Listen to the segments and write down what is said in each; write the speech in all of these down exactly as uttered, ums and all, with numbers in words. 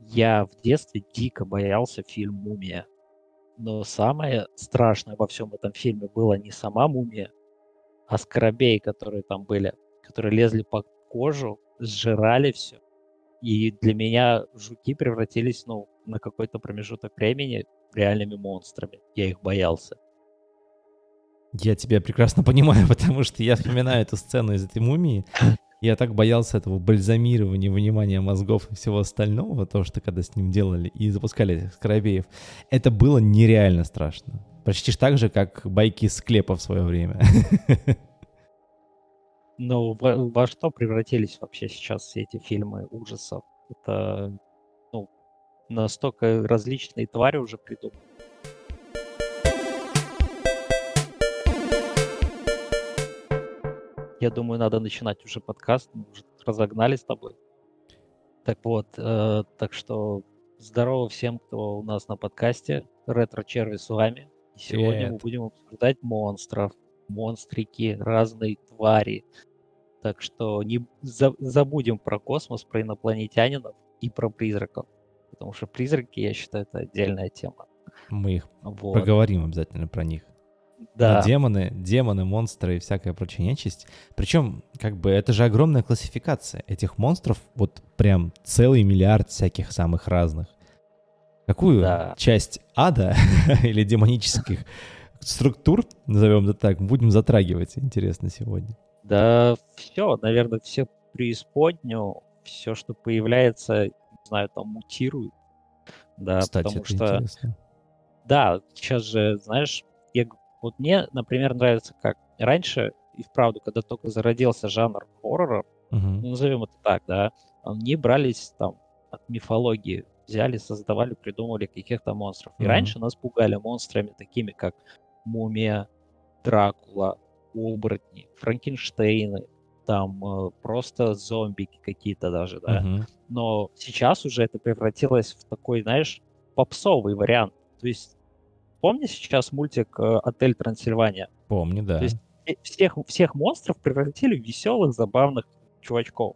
Я в детстве дико боялся фильм «Мумия». Но самое страшное во всем этом фильме было не сама мумия, а скоробеи, которые там были, которые лезли под кожу, сжирали все. И для меня жуки превратились, ну, на какой-то промежуток времени реальными монстрами. Я их боялся. Я тебя прекрасно понимаю, потому что я вспоминаю эту сцену из этой мумии. Я так боялся этого бальзамирования, вынимания мозгов и всего остального, то, что когда с ним делали и запускали этих скоробеев. Это было нереально страшно. Почти ж так же, как байки из склепа в свое время. Но во, во что превратились вообще сейчас все эти фильмы ужасов? Это, ну, настолько различные твари уже придумали. Я думаю, надо начинать уже подкаст. Мы уже разогнали с тобой. Так вот, э, так что здорово всем, кто у нас на подкасте. Ретро-черви с вами. И сегодня мы Привет. будем обсуждать монстров, монстрики, разные твари. Так что не за- забудем про космос, про инопланетянинов и про призраков. Потому что призраки, я считаю, это отдельная тема. Мы их Вот. проговорим обязательно про них. Но Да, демоны, демоны, монстры и всякая прочая нечисть. Причем, как бы, это же огромная классификация этих монстров. Вот прям целый миллиард всяких самых разных. Какую да. часть ада или демонических структур, назовем это так, будем затрагивать, интересно, сегодня? Да, все, наверное, все преисподнюю, все, что появляется, не знаю, там мутирует. Да, Кстати, потому это что, интересно. да, сейчас же, знаешь, я, г- вот мне, например, нравится, как раньше, и вправду, когда только зародился жанр хоррора, Мгм. ну, назовем это так, да, они брались там от мифологии, взяли, создавали, придумывали каких-то монстров. И Мгм. раньше нас пугали монстрами такими, как Мумия, Дракула, оборотни, Франкенштейны, там э, просто зомбики какие-то даже, да. Мгм. Но сейчас уже это превратилось в такой, знаешь, попсовый вариант. То есть помни сейчас мультик э, «Отель Трансильвания»? Помню, То да. есть э, всех, всех монстров превратили в веселых, забавных чувачков.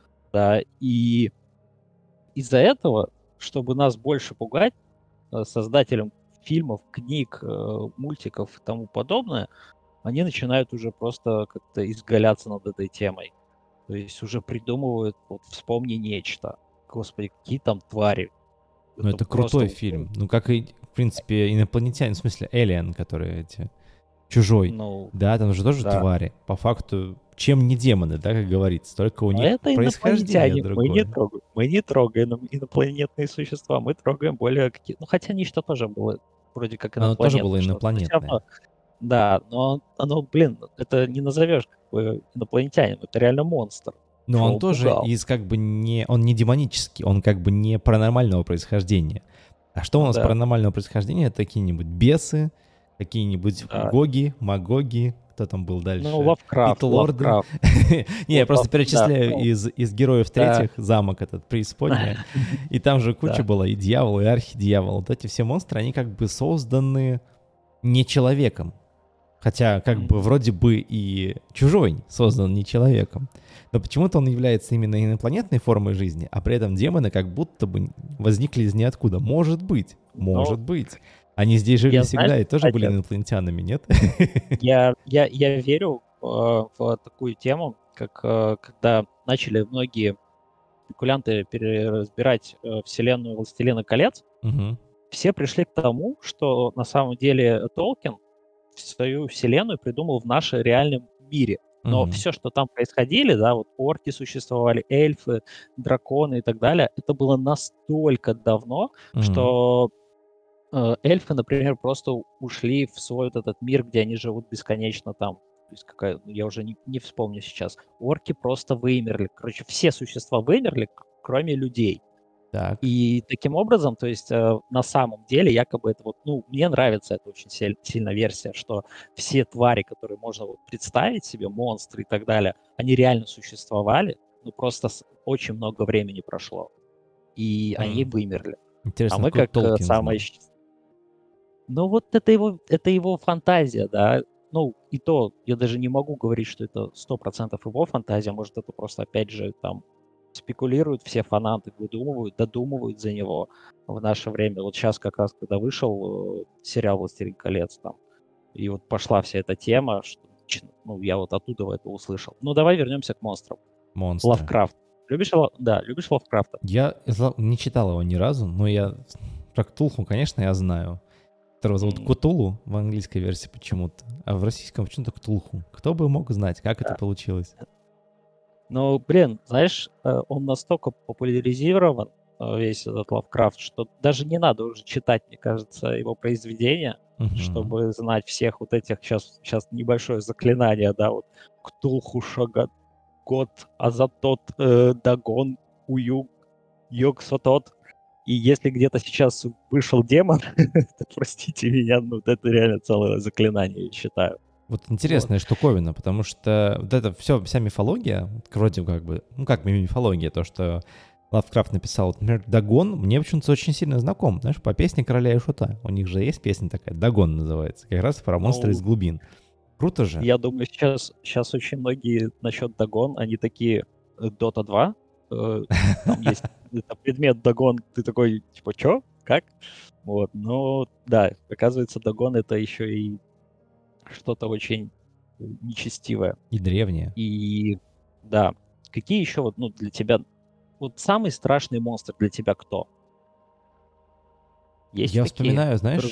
Да, и из-за этого, чтобы нас больше пугать, э, создателям фильмов, книг, э, мультиков и тому подобное, они начинают уже просто как-то изгаляться над этой темой. То есть уже придумывают, вот вспомни нечто. Господи, какие там твари. Ну, Это это просто, крутой ну, фильм. Ну, как и, в принципе, инопланетяне, в смысле, Alien, которые эти... Чужой. ну, Да, там же тоже да. твари. По факту, чем не демоны, да, как говорится. Только у Но них это происхождение инопланетяне. Мы не другое. трогаем. Мы не трогаем ино- инопланетные существа. Мы трогаем более какие... Ну, хотя нечто тоже было вроде как Оно тоже было инопланетное что-то. Но все инопланетное. равно, да, но оно, блин, это не назовешь как бы инопланетянин. Это реально монстр. Но Что он он тоже пугал. из как бы не... Он не демонический, он как бы не паранормального происхождения. А что у Ну нас да, паранормального происхождения? Это какие-нибудь бесы, какие-нибудь да. гоги, магоги, кто там был Ну, дальше? Лавкрафт, Пит-лорды. Лавкрафт. Не, я Вот, просто Лав... да, перечисляю ну, из, из героев да, третьих замок этот, преисподняя. И там же куча да. была и дьявол, и архидьявол. Вот эти все монстры, они как бы созданы не человеком. Хотя как бы Мгм. вроде бы и чужой создан не человеком. Но почему-то он является именно инопланетной формой жизни, а при этом демоны как будто бы возникли из ниоткуда. Может быть, Но может быть. Они здесь жили я, знаешь, всегда и тоже были кстати, инопланетянами, нет? я, я, я верю э, в такую тему, как э, когда начали многие спекулянты переразбирать э, вселенную «Властелина колец», Мгм. все пришли к тому, что на самом деле Толкин свою вселенную придумал в нашем реальном мире. Но Мгм. все, что там происходили, да, вот орки существовали, эльфы, драконы и так далее, это было настолько давно, Мгм. что э, эльфы, например, просто ушли в свой вот этот мир, где они живут бесконечно там. То есть какая, ну, я уже не, не вспомню сейчас. Орки просто вымерли. Короче, все существа вымерли, к- кроме людей. Так. И таким образом, то есть э, на самом деле, якобы это вот, ну, мне нравится эта очень силь- сильная версия, что все твари, которые можно вот представить себе, монстры и так далее, они реально существовали, ну, просто с- очень много времени прошло, и они М. вымерли. А Интересно, мы откуда как э, Толкин самое... знал? щ- Ну, вот это его, это его фантазия, да. Ну, и то, я даже не могу говорить, что это сто процентов его фантазия, может, это просто, опять же, там спекулируют все фанаты, выдумывают, додумывают за него в наше время. Вот сейчас как раз, когда вышел э, сериал «Властелин колец», там, и вот пошла вся эта тема, что, ну, я вот оттуда это услышал. Ну, давай вернемся к монстрам. Монстры. Лавкрафт. Любишь, Ла- да, любишь Лавкрафта? Я зла- не читал его ни разу, но я про Ктулху, конечно, я знаю. Которого зовут М, Ктулу в английской версии почему-то, а в российском почему-то Ктулху. Кто бы мог знать, как это да. получилось? Ну, блин, знаешь, э, он настолько популяризирован, э, весь этот Лавкрафт, что даже не надо уже читать, мне кажется, его произведения, Мгм. чтобы знать всех вот этих, сейчас, сейчас небольшое заклинание, да, вот Ктулху, Шагат, Год, Азатот, э, Дагон, Уюг, Йог-Сотот. И если где-то сейчас вышел демон, то простите меня, ну, это реально целое заклинание, я считаю. Вот Вот. интересная штуковина, потому что вот это все, вся мифология, вот вроде как бы, ну как мифология, то, что Лавкрафт написал, вот, например, Дагон, мне почему-то очень сильно знаком, знаешь, по песне Короля и Шута. У них же есть песня такая, Дагон называется, как раз про монстра из Ну, глубин. Круто же. я думаю, сейчас, сейчас очень многие насчет Дагон, они такие, Дота два, э, там есть это предмет Дагон, ты такой, типа, чё? Как? Вот, ну, да, оказывается, Дагон это еще и что-то очень э, нечестивое. И древняя. И, да, какие еще вот, ну, для тебя, вот самый страшный монстр для тебя кто? Есть Я такие, вспоминаю, которые... знаешь,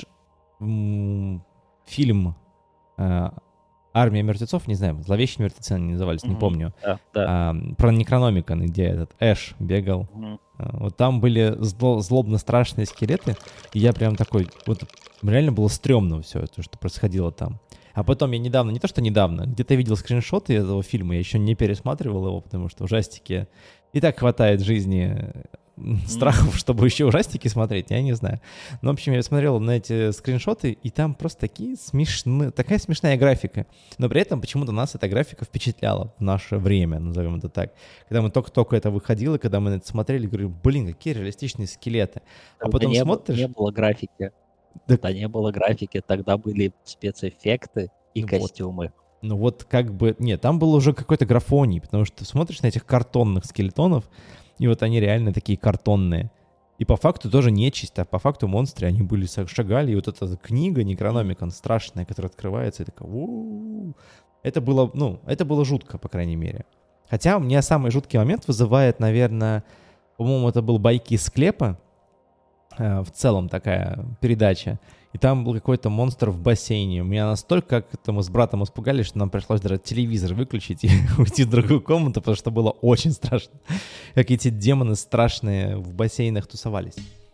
м, фильм э, «Армия мертвецов», не знаю, «Зловещие мертвецы» они назывались, не Мгм. помню, Да, да. а, про Некрономикон, где этот Эш бегал. Мгм. А, Вот там были зло- злобно страшные скелеты, и я прям такой, вот реально было стрёмно все это, что происходило там. А потом я недавно, не то что недавно, где-то видел скриншоты этого фильма, я еще не пересматривал его, потому что ужастики и так хватает в жизни м, страхов, чтобы еще ужастики смотреть, я не знаю. Ну, в общем, я смотрел на эти скриншоты, и там просто такие смешные, такая смешная графика. Но при этом почему-то нас эта графика впечатляла в наше время, назовем это так. Когда мы только-только это выходило, когда мы на это смотрели, говорю, блин, какие реалистичные скелеты. А Тогда потом не, б- смотришь, не было графики. так, Тогда не было графики, тогда были спецэффекты и ну вот, костюмы. ну вот как бы, нет, там было уже какой-то графоний, потому что ты смотришь на этих картонных скелетонов, и вот они реально такие картонные. И по факту тоже нечисть, а по факту монстры, они были, са- шагали, и вот эта книга Некрономикон страшная, которая открывается, и такая, «У-у-у». Это было, ну, это было жутко, по крайней мере. Хотя у меня самый жуткий момент вызывает, наверное, по-моему, это был «Байки из склепа», э, в целом такая передача. И там был какой-то монстр в бассейне. Меня настолько, как это мы с братом испугались, что нам пришлось даже телевизор выключить и уйти в другую комнату, потому что было очень страшно. Как эти демоны страшные в бассейнах тусовались.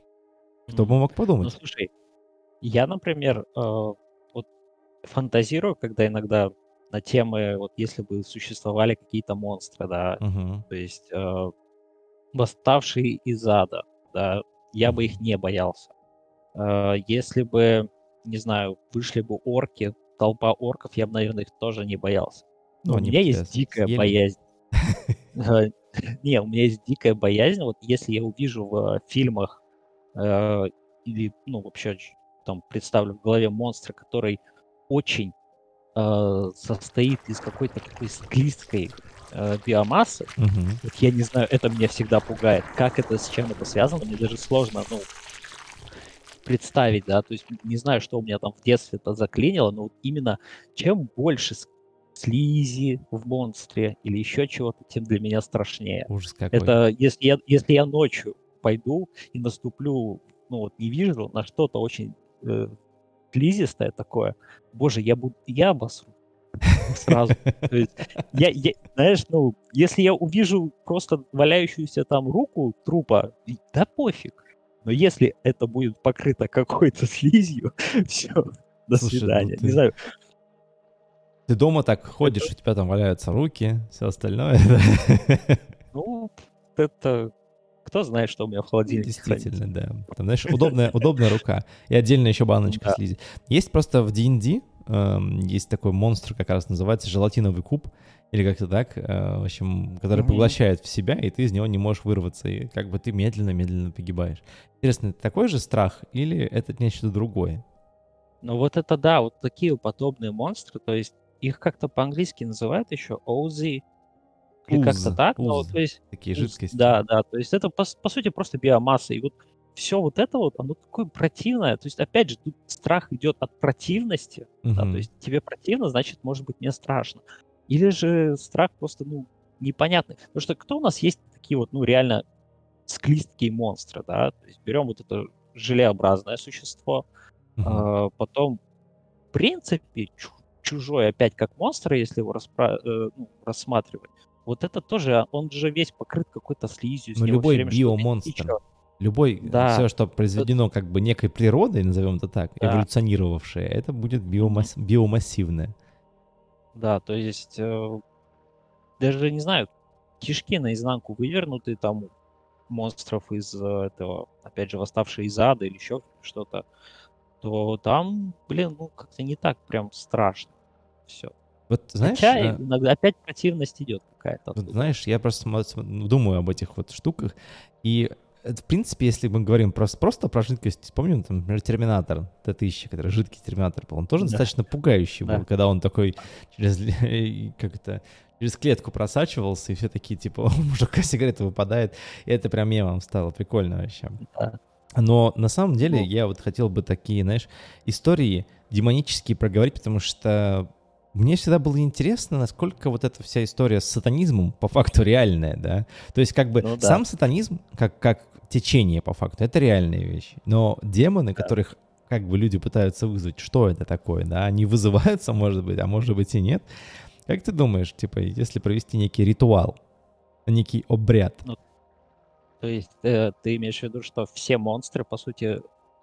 Кто бы М. мог Ну, подумать? слушай, я, например, э, вот фантазирую, когда иногда на темы, вот если бы существовали какие-то монстры, да, Мгм. то есть э, восставшие из ада, да, я бы их Мгм. не боялся. Э, Если бы, не знаю, вышли бы орки, толпа орков, я бы, наверное, их тоже не боялся. Ну, Но у они меня бы тебя есть дикая съели. боязнь. Э, Не, у меня есть дикая боязнь. Вот если я увижу в э, фильмах э, или, ну, вообще ч- там представлю в голове монстра, который очень э, состоит из какой-то такой склизкой э, биомассы, Мгм. вот я не знаю, это меня всегда пугает. Как это, с чем это связано, мне даже сложно, ну, представить, да, то есть не знаю, что у меня там в детстве это заклинило, но вот именно чем больше с- слизи в монстре или еще чего-то, тем для меня страшнее. Ужас какой. Это если я, если я ночью пойду и наступлю, ну вот не вижу на что-то очень э, слизистое такое, боже, я буду, я обосру сразу. То есть я, я, знаешь, ну, если я увижу просто валяющуюся там руку трупа, и- да пофиг. Но если это будет покрыто какой-то слизью, все, до Слушай, ну свидания. Не ты, знаю, ты дома так это, ходишь, у тебя там валяются руки, все остальное. Да. ну, это, кто знает, что у меня в холодильнике хранится. Действительно, да. Там, знаешь, удобная, удобная рука. И отдельно еще баночка Да. слизи. Есть просто в ди энд ди, эм, есть такой монстр, как раз называется желатиновый куб, или как-то так, э, в общем, который Мгм. поглощает в себя, и ты из него не можешь вырваться, и как бы ты медленно-медленно погибаешь. Интересно, это такой же страх, или это нечто другое? Ну вот это да, вот такие подобные монстры, то есть их как-то по-английски называют еще о зет, или как-то Уз, так, но уз, то есть, такие уз, жидкости. да, да, то есть это по, с- по сути просто биомасса. И вот все вот это вот, оно такое противное. То есть, опять же, тут страх идет от противности, да, то Мгм. есть тебе противно, значит, может быть, мне страшно. Или же страх просто, ну, непонятный. Потому что кто у нас есть такие вот, ну, реально склизкие монстры, да? То есть берем вот это желеобразное существо, Мгм. а, потом, в принципе, чу- чужой опять как монстр, если его распра- э, ну, рассматривать, вот это тоже, он же весь покрыт какой-то слизью, Но с него все любой время что-то биомонстр, течет. любой, Да, все, что это- произведено как бы некой природой, назовем это так, да, эволюционировавшее, это будет мгм, биомасс- биомассивное. да, то есть э, даже, не знаю, кишки наизнанку вывернуты, там монстров из э, этого, опять же, восставшие из ада или еще что-то, то там, блин, ну как-то не так прям страшно все. Вот знаешь, Хотя э, иногда опять противность идет какая-то вот оттуда. знаешь, я просто смо- см- думаю об этих вот штуках, и это, в принципе, если мы говорим просто, просто про жидкость, вспомним, там, например, Терминатор Т тысяча, который жидкий Терминатор был, он тоже Да, достаточно пугающий был, да. когда он такой через, как это, через клетку просачивался, и все такие, типа, у мужика сигарета выпадает, и это прям мемом стало, прикольно вообще. Да. Но на самом деле Ну, я вот хотел бы такие, знаешь, истории демонические проговорить, потому что мне всегда было интересно, насколько вот эта вся история с сатанизмом по факту реальная, да. То есть как бы ну да, сам сатанизм, как, как течение по факту, это реальная вещь. Но демоны, да. которых как бы люди пытаются вызвать, что это такое, да, они вызываются, может быть, а может быть и нет. Как ты думаешь, типа, если провести некий ритуал, некий обряд, Ну, то есть э, ты имеешь в виду, что все монстры, по сути,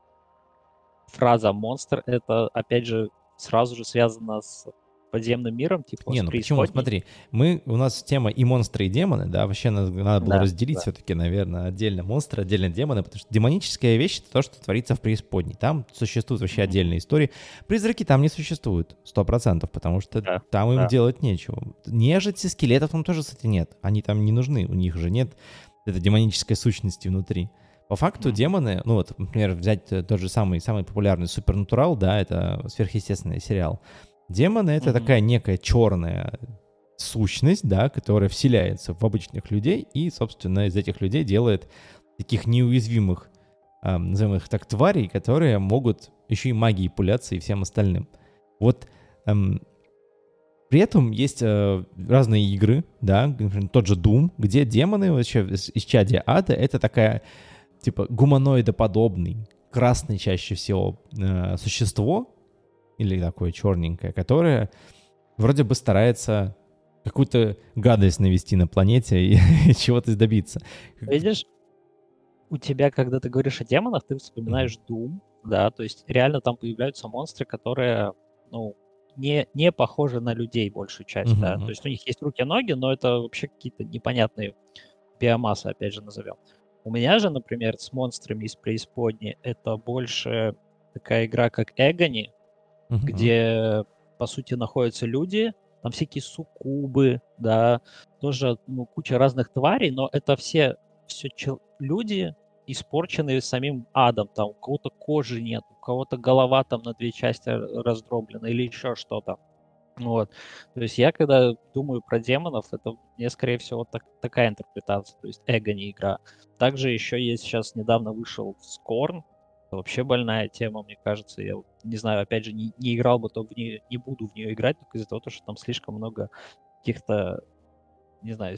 фраза монстр, это, опять же, сразу же связано с подземным миром, типа Не, с ну почему? преисподней? Смотри, мы, у нас тема и монстры, и демоны, да, вообще надо, надо было Да, разделить да. все-таки, наверное, отдельно монстры, отдельно демоны, потому что демоническая вещь — это то, что творится в преисподней. Там существуют вообще Мгм. отдельные истории. Призраки там не существуют, сто процентов, потому что Да, там им да. делать нечего. Нежити, скелетов там тоже, кстати, нет. Они там не нужны, у них же нет этой демонической сущности внутри. По факту Мгм. демоны, ну вот, например, взять э, тот же самый, самый популярный Супернатурал, да, это сверхъестественный сериал. Демоны — это Мгм. такая некая черная сущность, да, которая вселяется в обычных людей и, собственно, из этих людей делает таких неуязвимых, а, назовем их так, тварей, которые могут еще и магией пуляться и всем остальным. Вот эм, при этом есть э, разные игры, да, например, тот же Doom, где демоны вообще из из чадия ада — это такая, типа, гуманоидоподобный, красный чаще всего э, существо, или такое черненькое, которое вроде бы старается какую-то гадость навести на планете и, и чего-то добиться. Видишь, у тебя, когда ты говоришь о демонах, ты Мгм. вспоминаешь Doom, да, то есть реально там появляются монстры, которые, ну, не, не похожи на людей большую часть, да, то Мгм. есть у них есть руки-ноги, но это вообще какие-то непонятные биомассы, опять же, назовем. У меня же, например, с монстрами из преисподней это больше такая игра, как Эгони, Мгм. где, по сути, находятся люди, там всякие суккубы, да, тоже, ну, куча разных тварей, но это все, все люди, испорченные самим адом, там, у кого-то кожи нет, у кого-то голова там на две части р- раздроблена или еще что-то. Вот. То есть я, когда думаю про демонов, это мне, скорее всего, так, такая интерпретация, то есть эго не игра. Также еще есть, сейчас недавно вышел Скорн, это вообще больная тема, мне кажется. Я вот не знаю, опять же, не, не играл бы, то в нее, не буду в нее играть, только из-за того, что там слишком много каких-то, не знаю,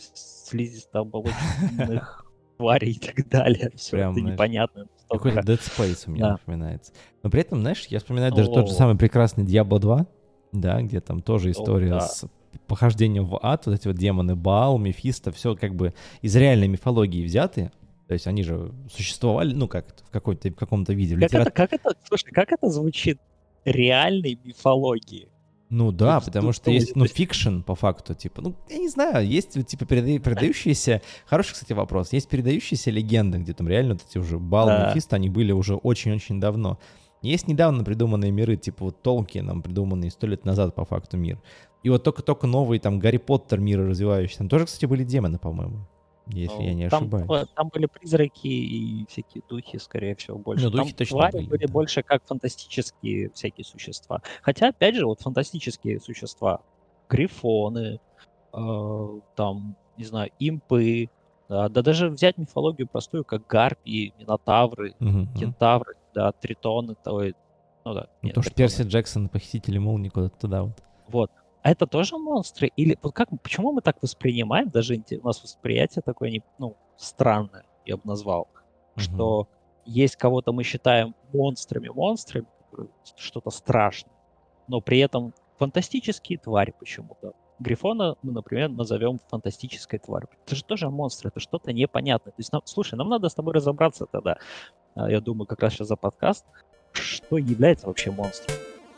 слизисто-оболочных тварей и так далее. Все Прям, это знаешь, непонятно какой-то настолько. Dead Space у меня Да. напоминается. Но при этом, знаешь, я вспоминаю даже тот же О, самый прекрасный Diablo два, да, где там тоже о, история да. с похождением в ад, вот эти вот демоны Баал, Мефисто, все как бы из реальной мифологии взяты. То есть они же существовали, ну, как в, какой-то, в каком-то виде в Как это, литературе. как это, слушай, как это звучит реальной мифологии? Ну Вот да, потому тут что думайте, есть, то ну, есть, фикшн по факту, типа, ну, я не знаю, есть, вот, типа, переда- передающиеся, хороший, кстати, вопрос, есть передающиеся легенды, где там реально вот эти уже Бал, да, Мефисто, они были уже очень-очень давно. Есть недавно придуманные миры, типа вот Толкином придуманный сто лет назад по факту мир. И вот только-только новые там Гарри Поттер миры развивающиеся, там тоже, кстати, были демоны, по-моему, если я ну, не там, было- ошибаюсь. там были призраки и всякие духи, скорее всего, Ну, больше. духи Там точно твари были, были да. больше как фантастические всякие существа. Хотя, опять же, вот фантастические существа, грифоны, э, там не знаю, импы, да, да даже взять мифологию простую, как гарпии, минотавры, Мгм. кентавры, да, тритоны, то, и- ну да, Ну, нет, то, что тритоны. Перси Джексон, похитители молнии куда-то туда вот. Вот. А это тоже монстры? Или вот как, почему мы так воспринимаем, даже инте- у нас восприятие такое, не, ну, странное, я бы назвал, Мгм. что есть кого-то мы считаем монстрами, монстрами, которые что-то страшное, но при этом фантастические твари почему-то. Грифона мы, например, назовем фантастической тварью. Это же тоже монстр, это что-то непонятное. То есть, нам, слушай, нам надо с тобой разобраться тогда, а, я думаю, как раз сейчас за подкаст, что является вообще монстром.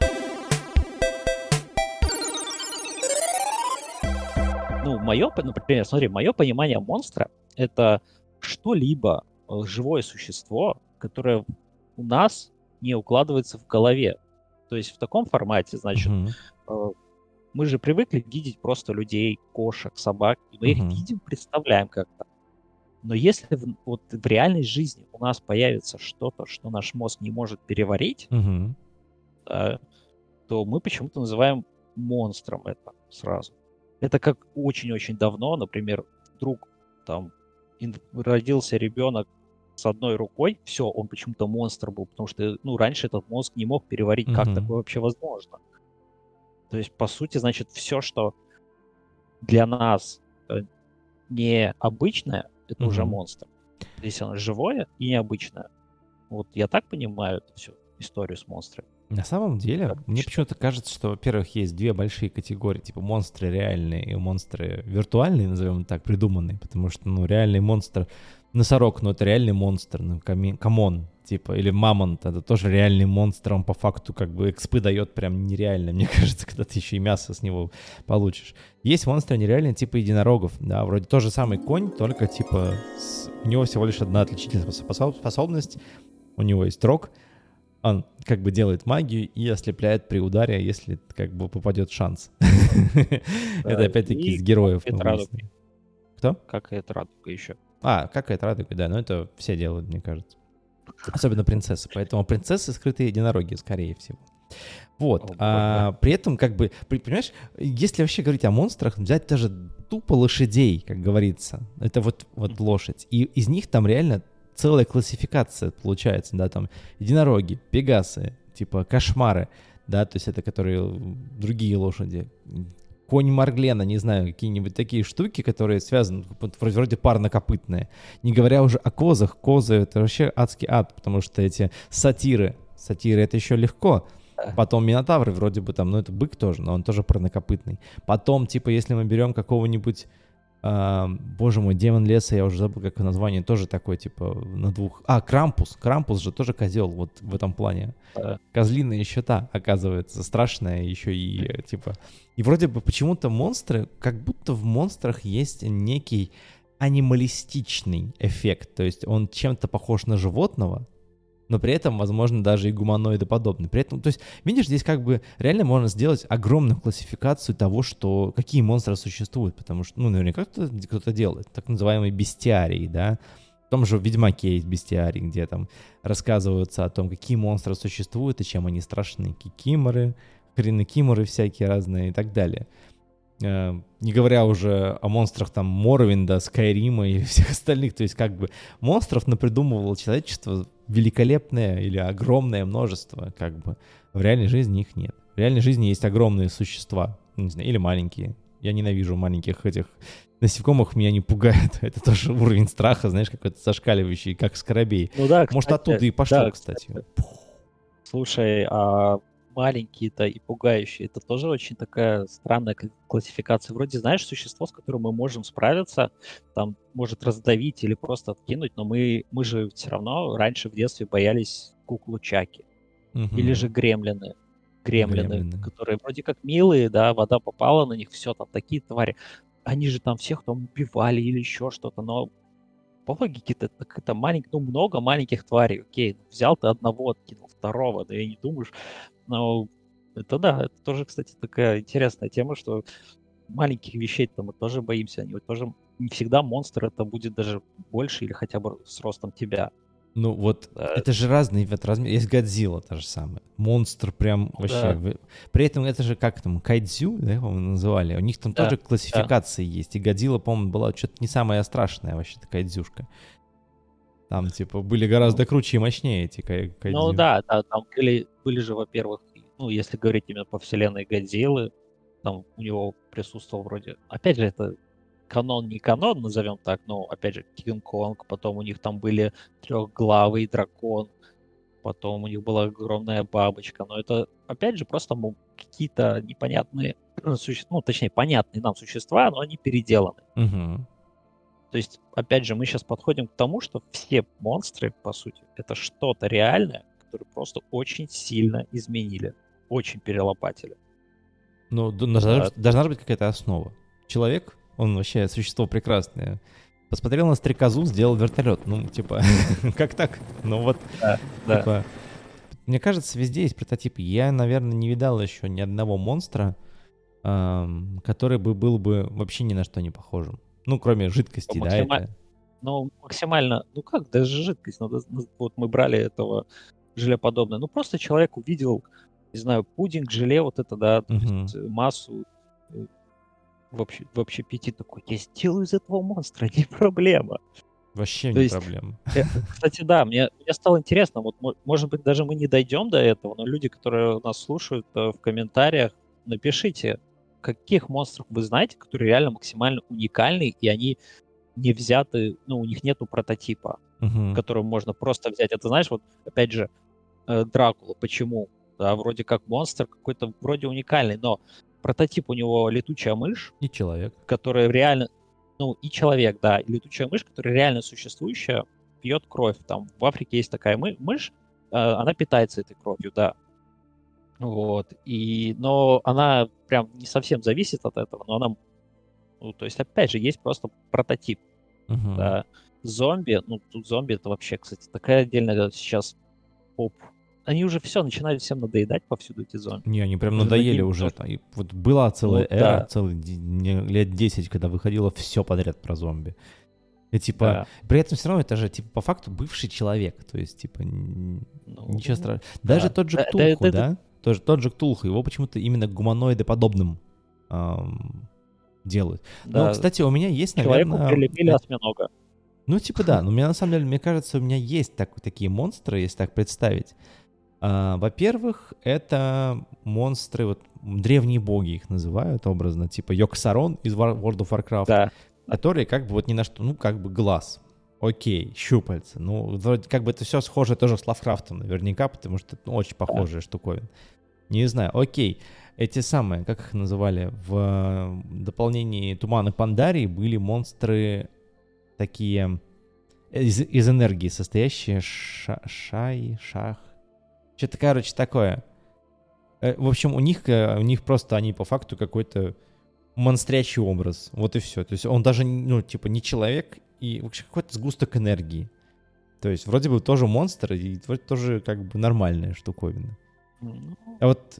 Ну, мое, например, смотри, мое понимание монстра — это что-либо э, живое существо, которое у нас не укладывается в голове. То есть в таком формате, значит, Мгм. э, мы же привыкли видеть просто людей, кошек, собак, и мы их Мгм. видим, представляем как-то. Но если в, вот в реальной жизни у нас появится что-то, что наш мозг не может переварить, Мгм. да, то мы почему-то называем монстром это сразу. Это как очень-очень давно, например, вдруг там ин- родился ребенок с одной рукой, все, он почему-то монстр был, потому что, ну, раньше этот мозг не мог переварить, как Мгм. такое вообще возможно. То есть, по сути, значит, все, что для нас э, необычное, это уже Мгм. монстр. Если оно живое и необычное. Вот я так понимаю эту всю историю с монстрами. На самом деле, Как ты мне считаешь? почему-то кажется, что, во-первых, есть две большие категории, типа монстры реальные и монстры виртуальные, назовем так, придуманные, потому что, ну, реальный монстр, носорог, ну, это реальный монстр, ну, ками- камон, типа, или мамонт, это тоже реальный монстр, он по факту как бы экспы дает прям нереально, мне кажется, когда ты еще и мясо с него получишь. Есть монстры нереальные, типа единорогов, да, вроде тот же самый конь, только, типа, с- у него всего лишь одна отличительная способ- способность, у него есть рог, он как бы делает магию и ослепляет при ударе, если как бы попадет шанс. Это Да, опять-таки из и героев мы это радуга. выяснили. Кто? Как и это радуга еще. А, как это радуга, да, но это все делают, мне кажется. Особенно принцессы. Поэтому принцессы скрытые единороги, скорее всего. Вот. О боже. А при этом, как бы, при- понимаешь, если вообще говорить о монстрах, взять даже тупо лошадей, как говорится, это вот, вот лошадь, и из них там реально целая классификация получается, да, там единороги, пегасы, типа кошмары, да, то есть это которые другие лошади, конь Марглена, не знаю, какие-нибудь такие штуки, которые связаны, вот вроде, вроде парнокопытные. Не говоря уже о козах, козы — это вообще адский ад, потому что эти сатиры, сатиры — это еще легко. Потом минотавры вроде бы там, ну это бык тоже, но он тоже парнокопытный. Потом, типа, если мы берем какого-нибудь, а, боже мой, демон леса, я уже забыл, как название, тоже такой, типа, на двух... А, Крампус, Крампус же тоже козел вот в этом плане. Да. Козлиная еще та, оказывается, страшная еще и, э, типа... И вроде бы почему-то монстры, как будто в монстрах есть некий анималистичный эффект, то есть он чем-то похож на животного, но при этом, возможно, даже и гуманоидоподобный. При этом, то есть, видишь, здесь как бы реально можно сделать огромную классификацию того, что какие монстры существуют, потому что, ну, наверняка кто-то, кто-то делает, так называемые бестиарии, да. В том же в Ведьмаке есть бестиарий, где там рассказываются о том, какие монстры существуют и чем они страшны. Кикиморы, хренокиморы всякие разные и так далее. Э, Не говоря уже о монстрах там Моррowinда, Скайрима и всех остальных. То есть как бы монстров напридумывало человечество великолепное или огромное множество. Как бы в реальной жизни их нет. В реальной жизни есть огромные существа, не знаю, или маленькие. Я ненавижу маленьких этих насекомых, меня не пугает. Это тоже уровень страха, знаешь, какой-то зашкаливающий, как скоробей. Ну да, Может, кстати, оттуда и пошло, да, кстати. кстати. Слушай, а маленькие-то и пугающие — это тоже очень такая странная кл- классификация. Вроде, знаешь, существо, с которым мы можем справиться, там, может раздавить или просто откинуть, но мы, мы же все равно раньше в детстве боялись куклу Чаки. Или Мгм. же гремлины. Гремлины, Гремлины. которые вроде как милые, да, вода попала на них, все, там такие твари. Они же там всех там убивали или еще что-то, но по логике-то так это маленький, ну, много маленьких тварей, окей, ну, взял ты одного, откинул второго, да и не думаешь, но это да, это тоже, кстати, такая интересная тема, что маленьких вещей-то мы тоже боимся, они вот тоже не всегда монстр, это будет даже больше или хотя бы с ростом тебя. Ну вот, Да, это же разные вот размеры. Есть Годзилла та же самая. Монстр прям вообще. да, вы- При этом это же как там, кайдзю, да, его называли. У них там да, тоже да. классификации есть. И Годзилла, по-моему, была что-то не самая страшная вообще-то кайдзюшка. Там, типа, были Ну, гораздо круче и мощнее эти кай- ну кайдзю. да, да, там были, были же, во-первых, ну, если говорить именно по вселенной Годзиллы, там у него присутствовал вроде, опять же, это канон не канон, назовем так, но, опять же, Кинг-Конг, потом у них там были трехглавый дракон, потом у них была огромная бабочка, но это, опять же, просто ну, какие-то непонятные существа, ну, точнее, понятные нам существа, но они переделаны. Угу. То есть, опять же, мы сейчас подходим к тому, что все монстры, по сути, это что-то реальное, которое просто очень сильно изменили, очень перелопатили. Ну, д- должна, Да, быть- должна же быть какая-то основа. Человек, он вообще существо прекрасное. Посмотрел на стрекозу, сделал вертолет. Ну, типа, как так? Ну вот, да, да. типа, мне кажется, везде есть прототипы. Я, наверное, не видал еще ни одного монстра, ам, который бы был бы вообще ни на что не похожим. Ну, кроме жидкости, да, Максима- это. Ну, максимально, ну как, даже жидкость, ну, да, ну, вот мы брали этого желеподобное, ну просто человек увидел, не знаю, пудинг, желе, вот это, да, то Мгм. есть э, массу э, в, общ- в общепите такой, я сделаю из этого монстра, не проблема. Вообще То не есть, проблема. э, кстати, да, мне, мне стало интересно, вот, мо- может быть, даже мы не дойдем до этого, но люди, которые нас слушают э, в комментариях, напишите, каких монстров вы знаете, которые реально максимально уникальны, и они не взяты, ну, у них нету прототипа, Мгм. которым можно просто взять. Это, знаешь, вот, опять же, э, Дракула, почему? Да, вроде как монстр какой-то вроде уникальный, но прототип у него летучая мышь, И человек. которая реально, ну, и человек, да, и летучая мышь, которая реально существующая, пьет кровь. Там в Африке есть такая мы- мышь, э, она питается этой кровью, да. Вот. И, но она прям не совсем зависит от этого, но она, ну, то есть, опять же, есть просто прототип. Мгм. Да. Зомби, ну, тут зомби это вообще, кстати, такая отдельная сейчас поп. Они уже все начинают всем надоедать повсюду, эти зомби. Не, они прям Уже на надоели гейм... уже. Та- и Вот была целая Ну, эра, да, целый ди- не- лет десять, когда выходило все подряд про зомби. И типа, да. при этом все равно это же, типа, по факту бывший человек. То есть, типа, н- Ну, ничего страшного. Даже да. тот же Да, да, Ктулху, да, да, да? Тоже, тот же Ктулху, его почему-то именно гуманоидоподобным ам, делают. Но, да. кстати, у меня есть, Человеку наверное... прилепили осьминога. Ну, типа, да. Но у меня, на самом деле, мне кажется, у меня есть так, такие монстры, если так представить. А, во-первых, это монстры, вот древние боги их называют образно, типа Йоксарон из War- World of Warcraft, Да. которые как бы вот ни на что, ну, как бы глаз. Окей, щупальца. Ну, вроде как бы это все схоже тоже с Лавкрафтом наверняка, потому что это ну, очень похожая штуковина. Не знаю, окей. Эти самые, как их называли, в э, дополнении Тумана Пандарии были монстры такие из, из энергии состоящие, ша, шай, шах. Что-то, короче, такое. Э, В общем, у них, э, у них просто они по факту какой-то монстрячий образ. Вот и все. То есть он даже, ну, типа, не человек и вообще какой-то сгусток энергии. То есть вроде бы тоже монстр и вроде тоже как бы нормальная штуковина. Ну, А вот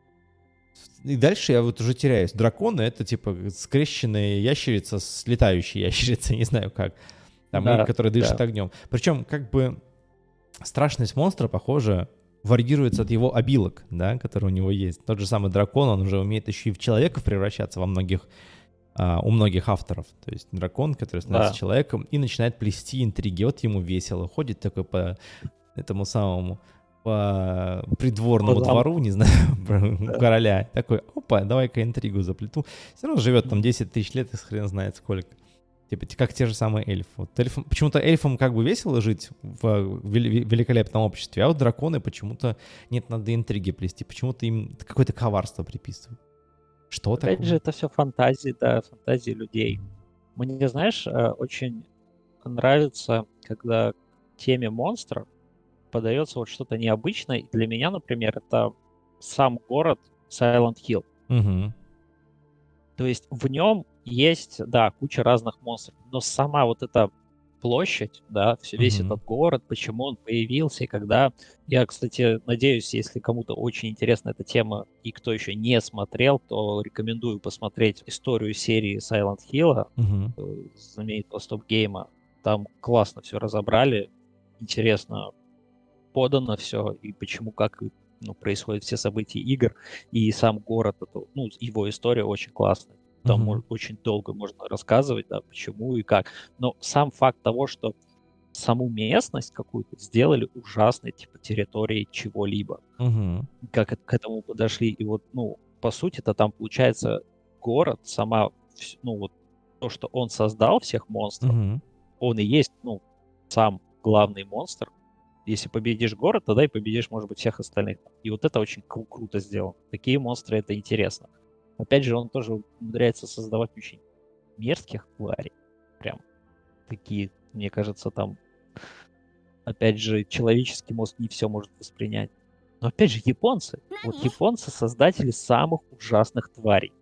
и дальше я вот уже теряюсь. Драконы — это типа скрещенная ящерица с летающей ящерицей, не знаю как. Там, и да, которая дышит да. огнем. Причем как бы страшность монстра, похоже, варьируется от его обилок, да, которые у него есть. Тот же самый дракон, он уже умеет еще и в человека превращаться во многих, а, у многих авторов. То есть дракон, который становится Да. человеком и начинает плести интриги. Вот ему весело. Ходит такой по этому самому, по придворному По двору, замку. не знаю, у Да. короля. Такой, опа, давай-ка интригу заплету. Все равно живет там десять тысяч лет, и хрен знает сколько. Типа, те- как те же самые эльфы. Вот эльфам, почему-то эльфам как бы весело жить в вел- великолепном обществе, а вот драконы почему-то нет, надо интриги плести, почему-то им какое-то коварство приписывают. Что Опять такое? же, это все фантазии, да, фантазии людей. Мне, знаешь, э, очень нравится, когда к теме монстров подается вот что-то необычное. И для меня, например, это сам город Silent Hill. Угу. То есть в нем есть, да, куча разных монстров, но сама вот эта площадь, да, все, весь Угу. этот город, почему он появился и когда. Я, кстати, надеюсь, если кому-то очень интересна эта тема и кто еще не смотрел, то рекомендую посмотреть историю серии Silent Hill, Угу. э, знаменитого стоп-гейма. Там классно все разобрали. интересно подано все, и почему, как ну, происходят все события игр, и сам город, это, ну, его история очень классная. Там Мгм. мож- очень долго можно рассказывать, да, почему и как. Но сам факт того, что саму местность какую-то сделали ужасной, типа, территорией чего-либо. Мгм. Как это- к этому подошли. И вот, ну, по сути-то там получается город, сама, вс- ну, вот то, что он создал всех монстров, Мгм. он и есть, ну, сам главный монстр. Если победишь город, тогда и победишь, может быть, всех остальных. И вот это очень кру- круто сделано. Такие монстры, это интересно. Опять же, он тоже умудряется создавать очень мерзких тварей. Прям такие, мне кажется, там, опять же, человеческий мозг не все может воспринять. Но опять же, японцы. Вот японцы создатели самых ужасных тварей.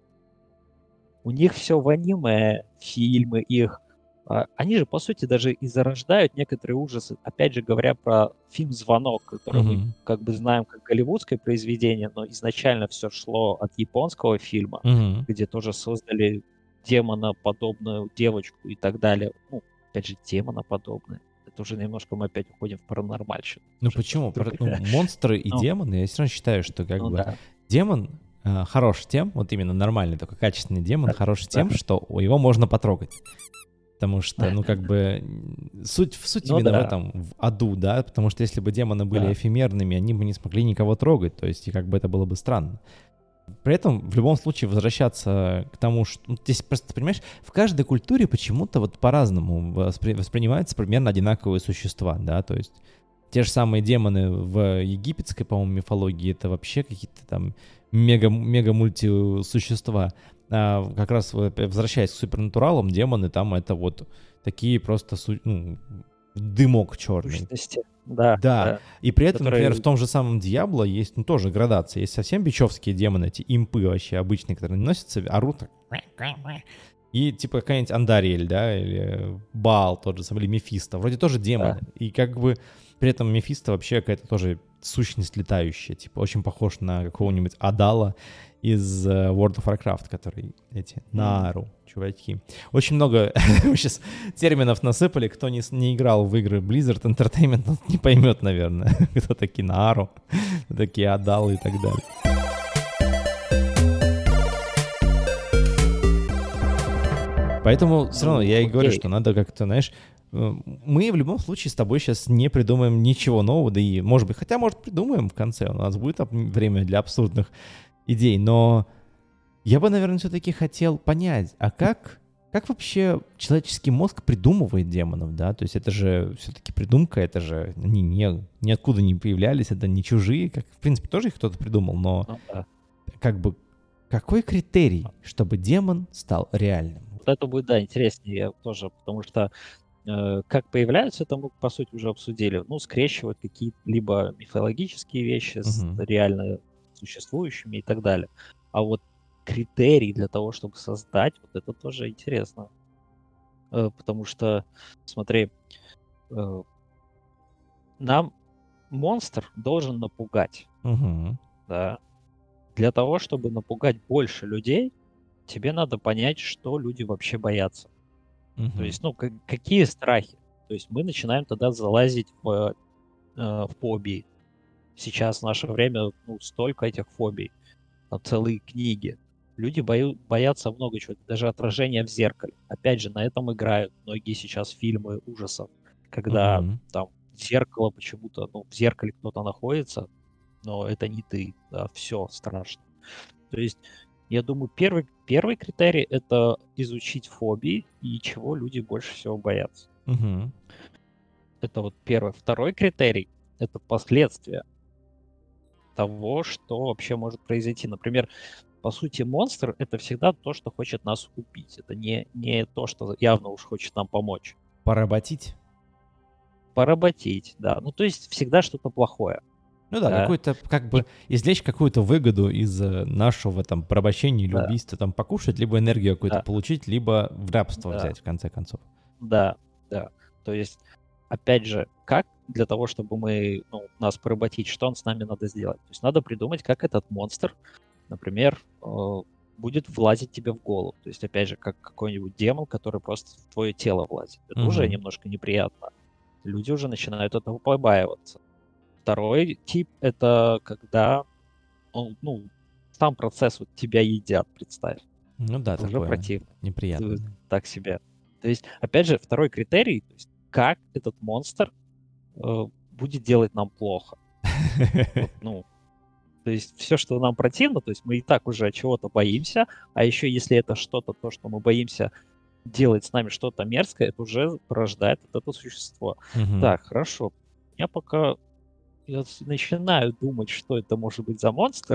У них все в аниме, фильмы их. А, Они же, по сути, даже и зарождают некоторые ужасы. Опять же, говоря про фильм «Звонок», который мы Мгм. как бы знаем как голливудское произведение, но изначально все шло от японского фильма, Мгм. где тоже создали демоноподобную девочку и так далее. Ну, опять же, демоноподобные. Это уже немножко мы опять уходим в паранормальщину. Ну Уже это почему? Про- Ну, другая. монстры и Ну, демоны, я все равно считаю, что как ну бы да. демон э, хорош тем, вот именно нормальный такой качественный демон, Да, хорош да. тем, что его можно потрогать. Потому что, ну, как бы, м, суть, в суть Ну именно в да, этом, в аду, да, потому что если бы демоны были да. эфемерными, они бы не смогли никого трогать, то есть, и как бы это было бы странно. При этом, в любом случае, возвращаться к тому, что... ну, здесь просто, понимаешь, в каждой культуре почему-то вот по-разному воспри- воспринимаются примерно одинаковые существа, да, то есть те же самые демоны в египетской, по-моему, мифологии, это вообще какие-то там мега, мега-мультисущества. А как раз вот, возвращаясь к супернатуралам, демоны там это вот такие просто су- ну, дымок черный. Сущности. Да, Да, да. и при этом, например, в Которые... том же самом Диабло есть, ну, тоже градация. Есть совсем бичевские демоны, эти импы вообще обычные, которые носятся, орут так. И типа какая-нибудь Андариэль, да, или Баал тот же самый, или Мефисто. Вроде тоже Да. демоны. И как бы при этом Мефисто вообще какая-то тоже сущность летающая. Типа очень похож на какого-нибудь Адала из э, World of Warcraft, который эти, Наару, чуваки. Очень много мы сейчас терминов насыпали. Кто не, с- не играл в игры Blizzard Entertainment, тот не поймет, наверное, кто такие Наару, кто такие Адалы и так далее. Поэтому все равно Ну, я и говорю, окей. что надо как-то, знаешь, э, мы в любом случае с тобой сейчас не придумаем ничего нового, да и, может быть, хотя, может, придумаем в конце, у нас будет об- время для абсурдных идей, но я бы, наверное, все-таки хотел понять, а как, как вообще человеческий мозг придумывает демонов, да? То есть это же все-таки придумка, это же они не, ниоткуда не появлялись, это не чужие, как, в принципе, тоже их кто-то придумал, но Ну да. как бы какой критерий, чтобы демон стал реальным? Вот это будет, да, интереснее тоже, потому что э, как появляются, это мы, по сути, уже обсудили. Ну, скрещивать какие-либо мифологические вещи с Мгм. реально существующими и так далее. А вот критерий для того, чтобы создать, вот это тоже интересно. Э, потому что, смотри, э, нам монстр должен напугать, Мгм. да. Для того, чтобы напугать больше людей, тебе надо понять, что люди вообще боятся. То Мгм. есть, ну, как- какие страхи. То есть мы начинаем тогда залазить в, э, в фобии. Сейчас в наше время ну, столько этих фобий, там целые книги. Люди бою- боятся много чего, даже отражения в зеркале. Опять же, на этом играют многие сейчас фильмы ужасов, когда Мгм. там зеркало почему-то, ну, в зеркале кто-то находится, но это не ты, да, все страшно. То есть, я думаю, первый, первый критерий — это изучить фобии и чего люди больше всего боятся. Мгм. Это вот первый. Второй критерий — это последствия того, что вообще может произойти. Например, по сути, монстр — это всегда то, что хочет нас убить. Это не, не то, что явно уж хочет нам помочь. Поработить? Поработить, да. Ну, то есть всегда что-то плохое, Ну да, да. какой-то, как И, бы, извлечь какую-то выгоду из э, нашего там порабощения или да, убийства, там покушать, либо энергию какую-то да, получить, либо в рабство да, взять, в конце концов. да, да. То есть, опять же, как для того, чтобы мы, ну, нас поработить, что он с нами надо сделать? То есть надо придумать, как этот монстр, например, э, будет влазить тебе в голову. То есть, опять же, как какой-нибудь демон, который просто в твое тело влазит. Это уже Мгм. немножко неприятно. люди уже начинают этого побаиваться. Второй тип — это когда он, ну, сам процесс вот тебя едят, представь. Ну да, Это уже такое противно. неприятно. Это так себе. То есть, опять же, второй критерий, то есть, как этот монстр э, будет делать нам плохо. Вот, ну, то есть все, что нам противно, то есть мы и так уже чего-то боимся, а еще если это что-то, то, что мы боимся делать с нами что-то мерзкое, это уже порождает вот это существо. Мгм. Так, хорошо. Я пока я с- начинаю думать, что это может быть за монстр,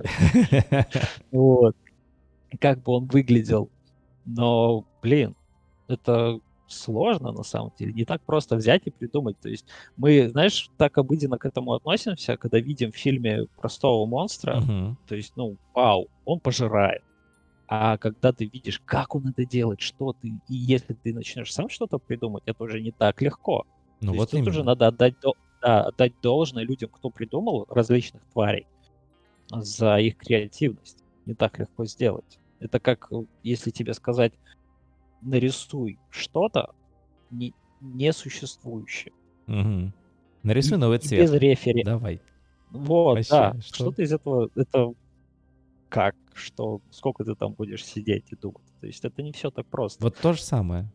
вот, как бы он выглядел. Но, блин, это сложно на самом деле. Не так просто взять и придумать. То есть мы, знаешь, так обыденно к этому относимся, когда видим в фильме простого монстра, Мгм. то есть, ну, вау, он пожирает. А когда ты видишь, как он это делает, что ты, и если ты начнешь сам что-то придумать, это уже не так легко. Ну То есть вот тут уже именно. надо отдать, до- да, отдать должное людям, кто придумал различных тварей, за их креативность. Не так легко сделать. Это как э, если тебе сказать, нарисуй что-то не, несуществующее. Мгм. Нарисуй И, новый и без цвет. рефери. Давай. Вот, да. Вообще, что? Что-то из этого, это как, что, сколько ты там будешь сидеть и думать. То есть это не все так просто. Вот то же самое.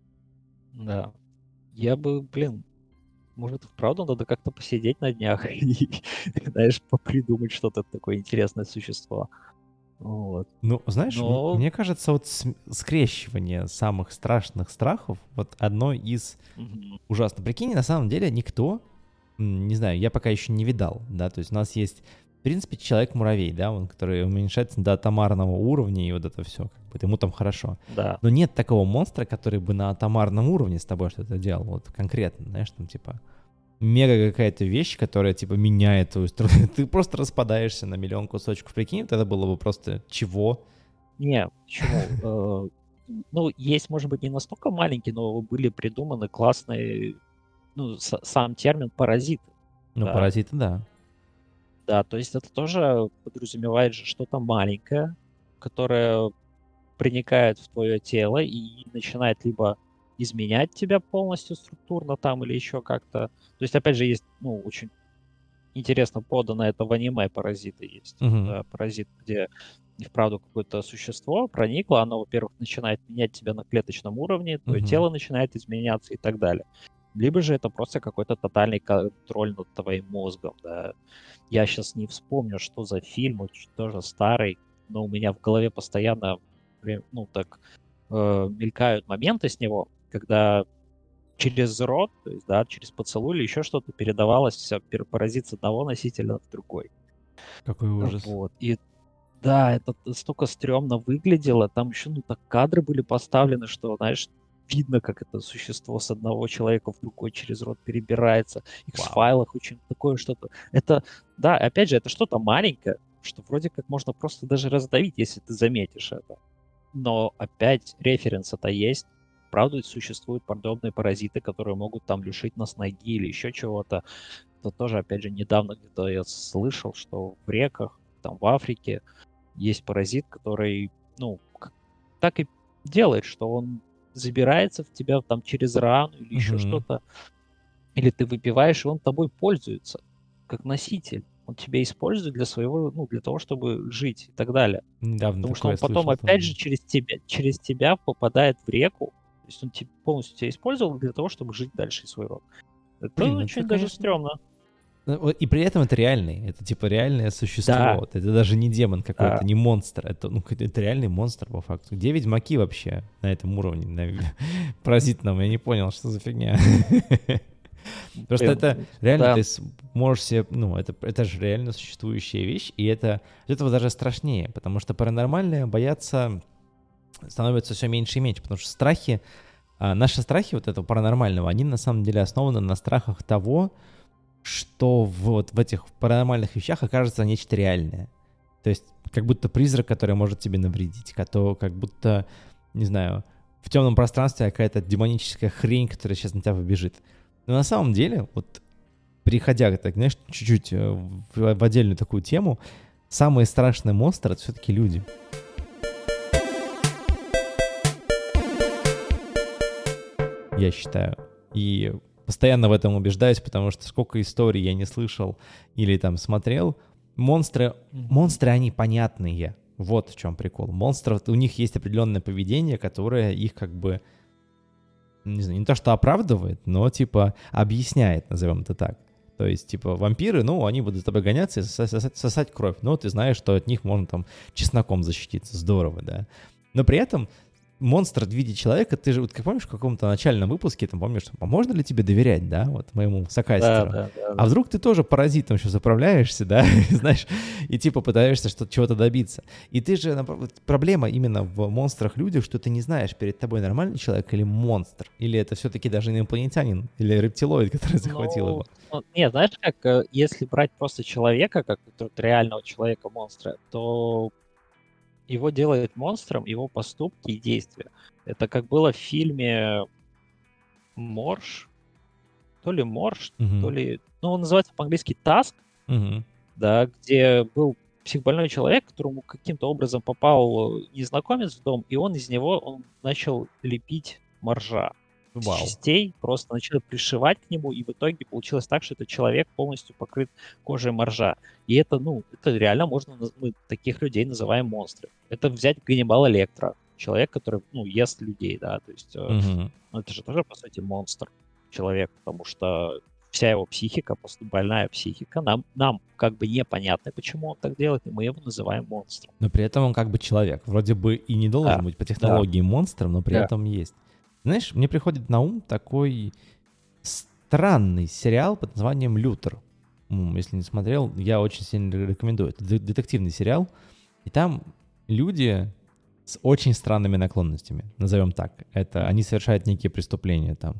Да. Я бы, блин, может, вправду надо как-то посидеть на днях и, знаешь, попридумать что-то такое интересное существо. Вот. Ну, знаешь, м- Но... мне кажется, вот см- скрещивание самых страшных страхов, вот одно из мгм. ужасно. Прикинь, на самом деле никто, м, не знаю, я пока еще не видал, да, то есть у нас есть, в принципе, человек-муравей, да, он, который уменьшается до атомарного уровня, и вот это все, как бы, ему там хорошо. Да. Но нет такого монстра, который бы на атомарном уровне с тобой что-то делал, вот конкретно, знаешь, там, типа, мега какая-то вещь, которая, типа, меняет твою структуру. Ты просто распадаешься на миллион кусочков. Прикинь, вот это было бы просто чего? Не, почему? Э, Ну, есть, может быть, не настолько маленькие, но были придуманы классные, ну, с- сам термин паразит. Ну, Да, паразиты, да. да, то есть это тоже подразумевает же что-то маленькое, которое проникает в твое тело и начинает либо изменять тебя полностью структурно там или еще как-то. То есть, опять же, есть, ну, очень интересно подано это в аниме паразиты есть. Мгм. Да, паразит, где и вправду какое-то существо проникло, оно, во-первых, начинает менять тебя на клеточном уровне, твое Мгм. тело начинает изменяться и так далее. Либо же это просто какой-то тотальный контроль над твоим мозгом, да. Я сейчас не вспомню, что за фильм, очень тоже старый, но у меня в голове постоянно, прям, ну, так э, мелькают моменты с него, когда через рот, то есть, да, через поцелуй или еще что-то передавалось вся пер- паразит с одного носителя в другой. Какой ужас. Вот. И да, это настолько стрёмно выглядело. Там еще, ну, так кадры были поставлены, что, знаешь, видно, как это существо с одного человека в другой через рот перебирается. В Вау. X-файлах очень такое что-то. Это, да, опять же, это что-то маленькое, что вроде как можно просто даже раздавить, если ты заметишь это. Но опять референс это есть. Правда, существуют подобные паразиты, которые могут там лишить нас ноги или еще чего-то. Это тоже, опять же, недавно где-то я слышал, что в реках, там в Африке, есть паразит, который, ну, к- так и делает, что он забирается в тебя там через рану или еще Мгм. что-то, или ты выпиваешь, и он тобой пользуется, как носитель. Он тебя использует для своего, ну, для того, чтобы жить и так далее. Недавно Потому что такое он потом слышал опять тоже. же через тебя, через тебя попадает в реку. То есть он те- полностью тебя использовал для того, чтобы жить дальше свой род. Это Блин, это, очень даже конечно... стрёмно. Ну, вот и при этом это реальный, это типа реальное существо. Да, Вот это даже не демон какой-то, да. не монстр. Это, ну, какой-то- это реальный монстр по факту. Где ведьмаки вообще на этом уровне? На... Паразитном, я не понял, что за фигня. Просто Блин, это ну реально, да. ты с- можешь себе, ну, это, это же реально существующая вещь, и это от этого даже страшнее, потому что паранормальное бояться становится все меньше и меньше, потому что страхи, а, наши страхи вот этого паранормального, они на самом деле основаны на страхах того, что в, вот в этих паранормальных вещах окажется нечто реальное. То есть как будто призрак, который может тебе навредить, кото- как будто, не знаю, в темном пространстве какая-то демоническая хрень, которая сейчас на тебя побежит. Но на самом деле, вот переходя, так, знаешь, чуть-чуть э, в, в отдельную такую тему, самые страшные монстры — это все-таки люди. Я считаю. И постоянно в этом убеждаюсь, потому что сколько историй я не слышал или там смотрел. Монстры, монстры, они понятные. Вот в чем прикол. Монстров, у них есть определенное поведение, которое их как бы, не знаю, не то что оправдывает, но типа объясняет, назовем это так. То есть, типа, вампиры, ну, они будут за тобой гоняться и сосать, сосать кровь. Но ты знаешь, что от них можно там чесноком защититься. Здорово, да. Но при этом монстр в виде человека, ты же, вот как помнишь, в каком-то начальном выпуске, там помнишь, а можно ли тебе доверять, да, вот моему сокастеру? Да, да, да, а да. вдруг ты тоже паразитом еще заправляешься, да, знаешь, и типа пытаешься что-то, чего-то добиться. И ты же, проблема именно в монстрах-людях, что ты не знаешь, перед тобой нормальный человек или монстр, или это все-таки даже инопланетянин, или рептилоид, который захватил Ну, его. ну, нет, знаешь, как э, если брать просто человека, как вот реального человека-монстра, то его делает монстром его поступки и действия. Это как было в фильме Морж, то ли Морж, Мгм. то ли... Ну, он называется по-английски Task, Мгм. да, где был психбольной человек, которому каким-то образом попал незнакомец в дом, и он из него он начал лепить моржа. С Вау. частей просто начали пришивать к нему, и в итоге получилось так, что этот человек полностью покрыт кожей моржа. И это, ну, это реально можно, наз- мы таких людей называем монстры. Это взять Ганнибала Лектора, человек, который, ну, ест людей, да, то есть, э, Мгм. ну, это же тоже, по сути, монстр, человек, потому что вся его психика, просто больная психика, нам, нам как бы непонятно, почему он так делает, и мы его называем монстром. Но при этом он как бы человек. Вроде бы и не должен Да, быть по технологии монстром, но при да. этом есть. Знаешь, мне приходит на ум такой странный сериал под названием «Лютер». М, Если не смотрел, я очень сильно рекомендую. Это де- детективный сериал, и там люди с очень странными наклонностями, назовем так. Это они совершают некие преступления там.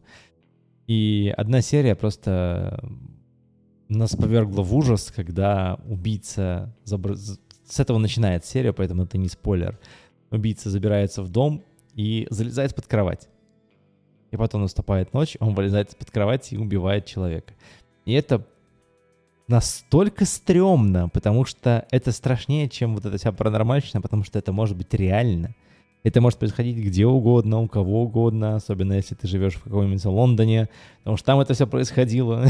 И одна серия просто нас повергла в ужас, когда убийца... забр- з- С этого начинается серия, поэтому это не спойлер. Убийца забирается в дом и залезает под кровать. И потом наступает ночь, он вылезает из-под кровати и убивает человека. И это настолько стрёмно, потому что это страшнее, чем вот эта вся паранормальщина, потому что это может быть реально. Это может происходить где угодно, у кого угодно, особенно если ты живешь в каком-нибудь Лондоне, потому что там это все происходило.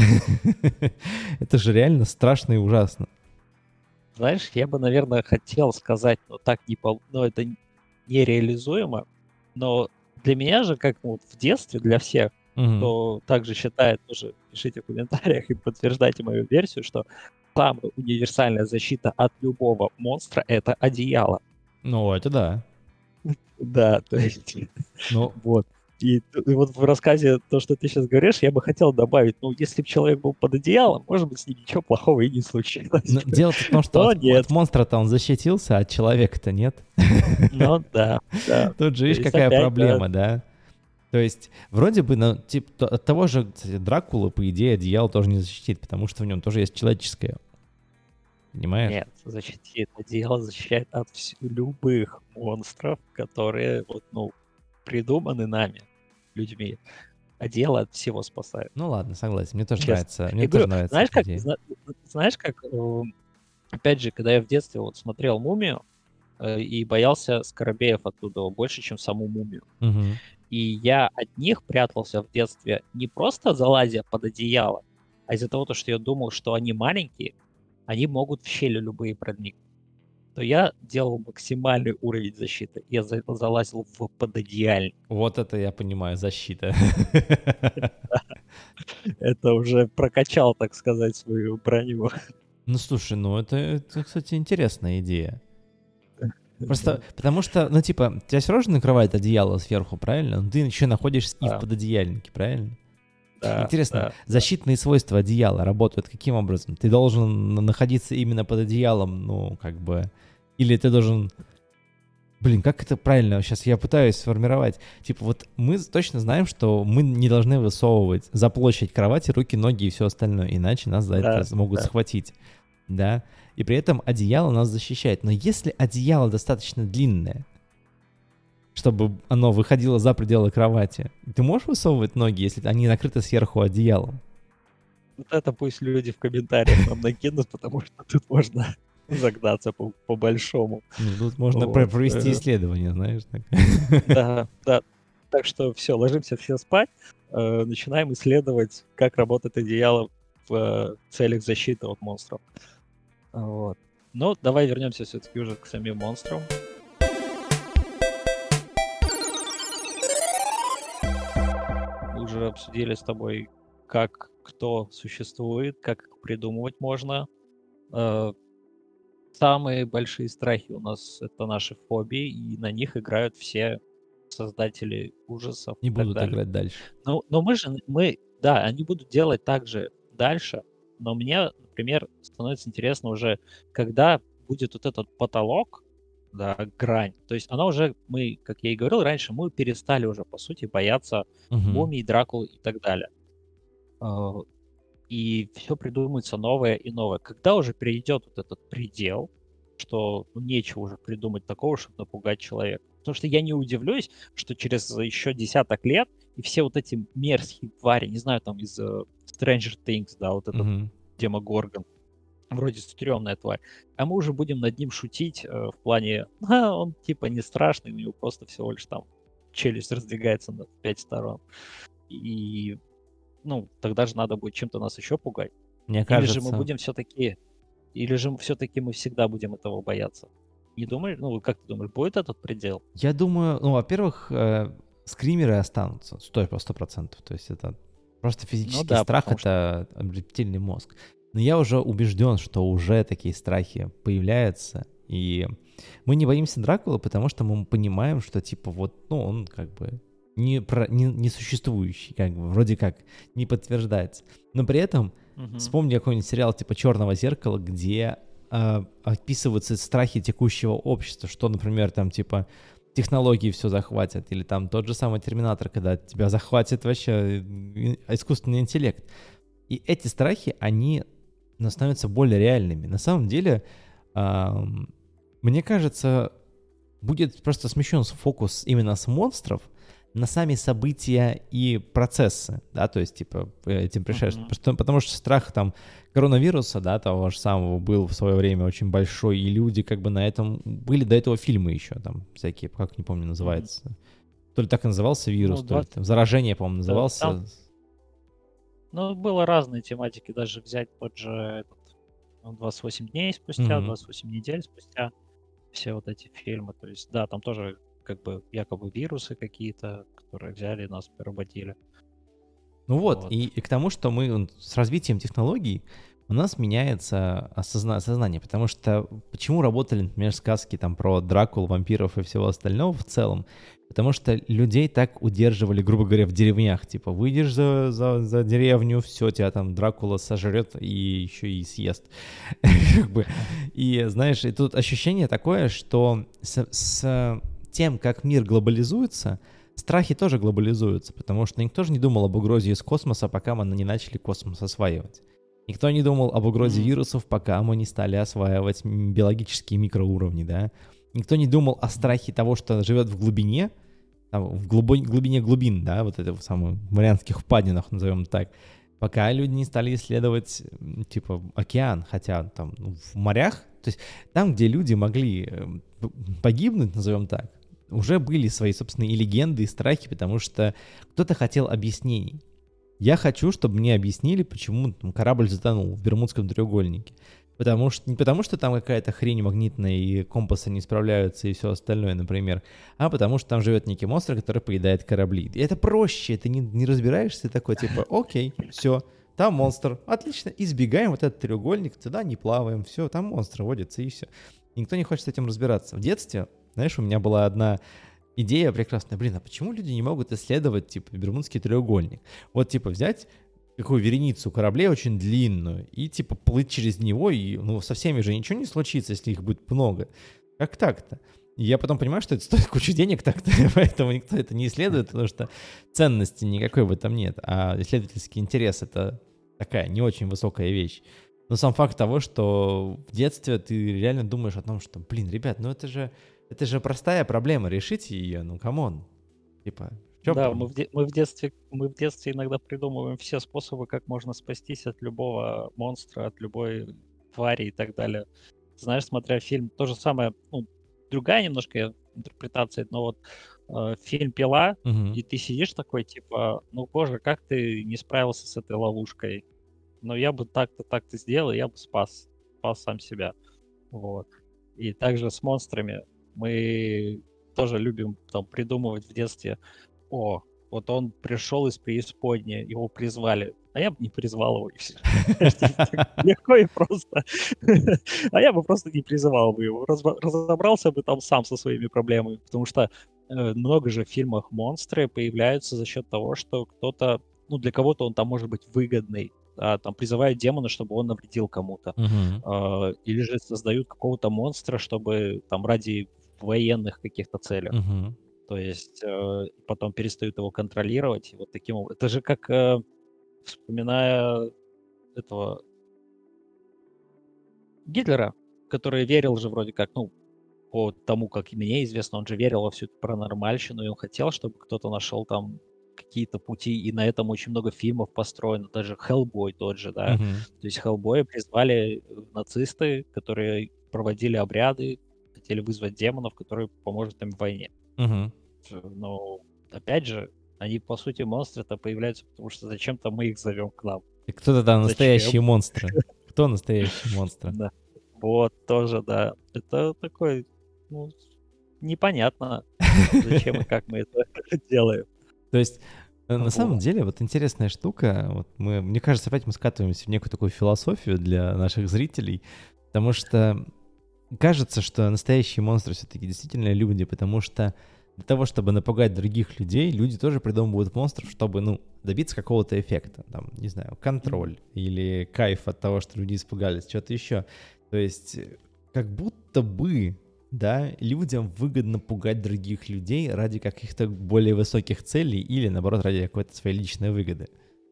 Это же реально страшно и ужасно. Знаешь, я бы, наверное, хотел сказать, но так не пол... но это нереализуемо. Но для меня же, как ну, вот в детстве, для всех, Мгм. кто также считает, тоже пишите в комментариях и подтверждайте мою версию, что самая универсальная защита от любого монстра — это одеяло. Ну, это да. Да, то есть, Ну, вот. И, т- и вот в рассказе, то, что ты сейчас говоришь, я бы хотел добавить, ну, если бы человек был под одеялом, может быть, с ним ничего плохого и не случилось. но бы. дело в том, что Но от, нет. от монстра-то он защитился, а от человека-то нет. Ну да, да. Тут же, То видишь, есть какая опять, да, проблема, да? То есть, вроде бы, ну, типа, то- от того же кстати, Дракулы, по идее, одеяло тоже не защитит, потому что в нем тоже есть человеческое. Понимаешь? нет, защитит. Одеяло защищает от вс- любых монстров, которые вот, ну, придуманы нами, людьми. Одеяло от всего спасает. Ну ладно, согласен. Мне тоже Честно. нравится. И Мне говорю, тоже нравится знаешь, эта как, идея. зна- знаешь, как, эм, опять же, когда я в детстве вот смотрел «Мумию», э, и боялся скоробеев оттуда больше, чем саму «Мумию». Мгм. И я от них прятался в детстве не просто залазя под одеяло, а из-за того, то, что я думал, что они маленькие, они могут в щели любые проникнуть. То я делал максимальный уровень защиты. Я за- залазил в пододеяльник. Вот это я понимаю, защита. Это уже прокачал, так сказать, свою броню. Ну слушай, ну это, это, кстати, интересная идея. Просто потому что, ну типа, тебя все равно накрывает одеяло сверху, правильно? Но ты еще находишься и в Да. пододеяльнике, правильно? Да, Интересно, да. защитные свойства одеяла работают каким образом? Ты должен н- находиться именно под одеялом, ну, как бы... Или ты должен... Блин, как это правильно? Сейчас я пытаюсь сформировать. Типа вот мы точно знаем, что мы не должны высовывать за площадь кровати руки, ноги и все остальное, иначе нас за Да, это могут да. схватить. Да? И при этом одеяло нас защищает. Но если одеяло достаточно длинное, чтобы оно выходило за пределы кровати, ты можешь высовывать ноги, если они накрыты сверху одеялом? Вот это пусть люди в комментариях нам накинут, потому что тут можно загнаться по- по-большому. Ну, тут можно Вот, про- провести э. исследование, знаешь. Так. Да, да. Так что все, ложимся все спать, э, начинаем исследовать, как работает одеяло в э, целях защиты от монстров. Вот. Но давай вернемся все-таки уже к самим монстрам. Мы уже обсудили с тобой, как кто существует, как их придумывать можно. Э, Самые большие страхи у нас — это наши фобии, и на них играют все создатели ужасов Не и так будут далее. играть дальше. Но, но мы же, мы, да, они будут делать так же дальше, но мне, например, становится интересно уже, когда будет вот этот потолок, да, грань. То есть она уже, мы, как я и говорил раньше, мы перестали уже, по сути, бояться Мгм. мумий, Дракул и так далее. А, И все придумывается новое и новое. Когда уже перейдет вот этот предел, что ну, нечего уже придумать такого, чтобы напугать человека. Потому что я не удивлюсь, что через еще десяток лет и все вот эти мерзкие твари, не знаю, там из э, Stranger Things, да, вот этот Мгм. Демогоргон, вроде стрёмная тварь, а мы уже будем над ним шутить э, в плане, а, он типа не страшный, у него просто всего лишь там челюсть раздвигается на пять сторон. И, ну, тогда же надо будет чем-то нас еще пугать. Мне Или же мы кажется, будем все-таки, или же все-таки мы всегда будем этого бояться? Не думаешь? Ну, как ты думаешь, будет этот предел? я думаю, ну, во-первых, э, скримеры останутся, сто сто процентов. То есть это просто Ну физический да, страх, потому что... это рептильный мозг. Но я уже убежден, что уже такие страхи появляются, и мы не боимся Дракулы, потому что мы понимаем, что типа вот, ну, он как бы не, про, не, не существующий, как бы, вроде как не подтверждается. Но при этом Мгм. вспомни какой-нибудь сериал типа «Черного зеркала», где э, описываются страхи текущего общества, что, например, там типа технологии все захватят, или там тот же самый Терминатор, когда тебя захватит вообще э, искусственный интеллект. И эти страхи, они ну, становятся более реальными. На самом деле, ам, мне кажется, будет просто смещен фокус именно с монстров на сами события и процессы, да, то есть, типа, этим пришествием. Мгм. Потому, потому что страх там коронавируса, да, того же самого, был в свое время очень большой, и люди как бы на этом... Были до этого фильмы еще там всякие, как не помню, Мгм. называется. То ли так и назывался вирус, Ну, то ли двадцать... там заражение, по-моему, да, назывался. там, ну, было разные тематики, даже взять тот же этот, ну, двадцать восемь дней спустя, Мгм. двадцать восемь недель спустя, все вот эти фильмы. То есть, да, там тоже как бы якобы вирусы какие-то, которые взяли и нас поработили. Ну вот, Вот. и, и к тому, что мы м, с развитием технологий у нас меняется осозна- сознание, потому что почему работали, например, сказки там про Дракул, вампиров и всего остального в целом? Потому что людей так удерживали, грубо говоря, в деревнях. Типа, выйдешь за, за, за деревню, все, тебя там Дракула сожрет и еще и съест. Как бы. И знаешь, и тут ощущение такое, что с, с тем, как мир глобализуется, страхи тоже глобализуются, потому что никто же не думал об угрозе из космоса, пока мы не начали космос осваивать. Никто не думал об угрозе М. вирусов, пока мы не стали осваивать м, биологические микроуровни, да. Никто не думал о страхе того, что живет в глубине, там, в глубо- глубине глубин, да, вот это в самых Марианских впадинах, назовем так, пока люди не стали исследовать, м, типа, океан, хотя там ну, в морях, то есть там, где люди могли э, п- погибнуть, назовем так, уже были свои собственные и легенды, и страхи, потому что кто-то хотел объяснений. Я хочу, чтобы мне объяснили, почему там, корабль затонул в Бермудском треугольнике. Потому что, не потому, что там какая-то хрень магнитная и компасы не справляются и все остальное, например, а потому что там живет некий монстр, который поедает корабли. И это проще, ты не, не разбираешься, ты такой типа, окей, все, там монстр, отлично, избегаем вот этот треугольник, туда не плаваем, все, там монстр водится и все. Никто не хочет с этим разбираться. В детстве, знаешь, у меня была одна идея прекрасная. Блин, а почему люди не могут исследовать, типа, Бермудский треугольник? Вот, типа, взять какую вереницу кораблей очень длинную и, типа, плыть через него, и, ну, со всеми же ничего не случится, если их будет много. Как так-то? И я потом понимаю, что это стоит кучу денег так-то, поэтому никто это не исследует, потому что ценности никакой в этом нет. А исследовательский интерес — это такая не очень высокая вещь. Но сам факт того, что в детстве ты реально думаешь о том, что, блин, ребят, ну это же, это же простая проблема, решите ее, ну камон. Типа, в чем Да, мы проблема? в, де- мы в детстве, мы в детстве иногда придумываем все способы, как можно спастись от любого монстра, от любой твари и так далее. Знаешь, смотря фильм, то же самое, ну, другая немножко интерпретация, но вот э, фильм «Пила», Мгм. и ты сидишь такой, типа, ну, боже, как ты не справился с этой ловушкой? Но я бы так-то, так-то сделал, и я бы спас, спас сам себя. Вот. И также с монстрами мы тоже любим там придумывать в детстве: о, вот он пришел из преисподней, его призвали, а я бы не призвал его, и всё. Знаешь, так легко и просто. А я бы просто не призывал бы его, разба разобрался бы там сам со своими проблемами, потому что, э, много же в фильмах монстры появляются за счет того, что кто-то, ну, для кого-то он там может быть выгодный, а, там призывают демона, чтобы он навредил кому-то, Мгм. а, или же создают какого-то монстра, чтобы там ради военных каких-то целях. Мгм. То есть, э, потом перестают его контролировать. И вот таким образом. Это же как, э, вспоминая этого Гитлера, который верил же вроде как, ну, по тому, как и мне известно, он же верил во всю эту паранормальщину, и он хотел, чтобы кто-то нашел там какие-то пути, и на этом очень много фильмов построено, даже «Хеллбой» тот же, да. Мгм. То есть «Хеллбоя» призвали э, нацисты, которые проводили обряды, хотели вызвать демонов, которые поможет им в войне. Мгм. Э, Но опять же, они по сути монстры-то появляются, потому что зачем-то мы их зовем к нам. И кто-то там Зачем? настоящие монстры. Кто настоящие монстры? Да. Вот, тоже, да. Это такой, ну, непонятно, зачем и как мы это делаем. То есть, э, на самом Вот. деле, вот интересная штука, вот мы, мне кажется, опять мы скатываемся в некую такую философию для наших зрителей, потому что кажется, что настоящие монстры все-таки действительно люди, потому что для того, чтобы напугать других людей, люди тоже придумывают монстров, чтобы, ну, добиться какого-то эффекта, там, не знаю, контроль или кайф от того, что люди испугались, что-то еще. То есть, э, как будто бы, да, людям выгодно пугать других людей ради каких-то более высоких целей или, наоборот, ради какой-то своей личной выгоды.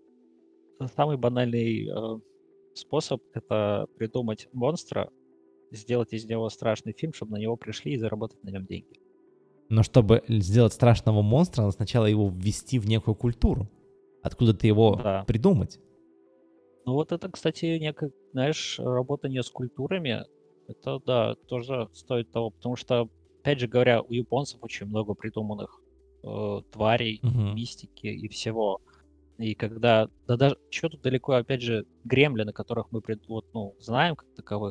Самый банальный э, способ — это придумать монстра, сделать из него страшный фильм, чтобы на него пришли и заработать на нем деньги. Но чтобы л- сделать страшного монстра, надо сначала его ввести в некую культуру. Откуда-то его Да. придумать. Ну вот это, кстати, некая, знаешь, работа не с культурами. Это, да, тоже стоит того, потому что, опять же говоря, у японцев очень много придуманных э, тварей, Мгм. мистики и всего. И когда, да даже, что тут далеко, опять же, гремлины, которых мы пред- вот, ну, знаем как таковых,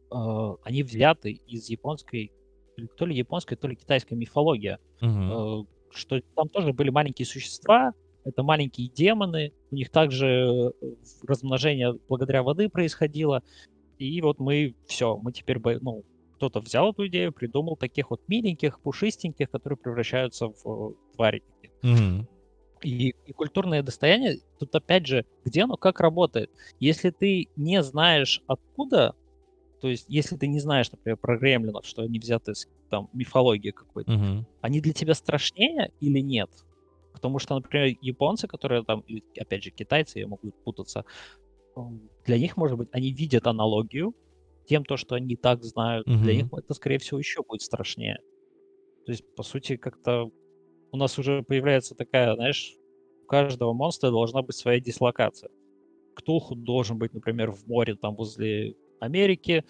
э, они взяты из японской, или то ли японской, то ли китайской мифологии. Мгм. Э, что там тоже были маленькие существа, это маленькие демоны, у них также э, размножение благодаря воды происходило, и вот мы все, мы теперь, бо- ну, кто-то взял эту идею, придумал таких вот миленьких, пушистеньких, которые превращаются в э, твари. Мгм. И, и культурное достояние, тут опять же, где оно как работает. Если ты не знаешь откуда, то есть если ты не знаешь, например, про гремлинов, что они взяты из там мифологии какой-то, Мгм. они для тебя страшнее или нет? Потому что, например, японцы, которые там, или, опять же, китайцы, я могу путаться, м, для них, может быть, они видят аналогию тем, то, что они и так знают, для них Мгм. это, скорее всего, еще будет страшнее. То есть, по сути, как-то у нас уже появляется такая, знаешь, у каждого монстра должна быть своя дислокация. Ктулху должен быть, например, в море, там, возле Америки,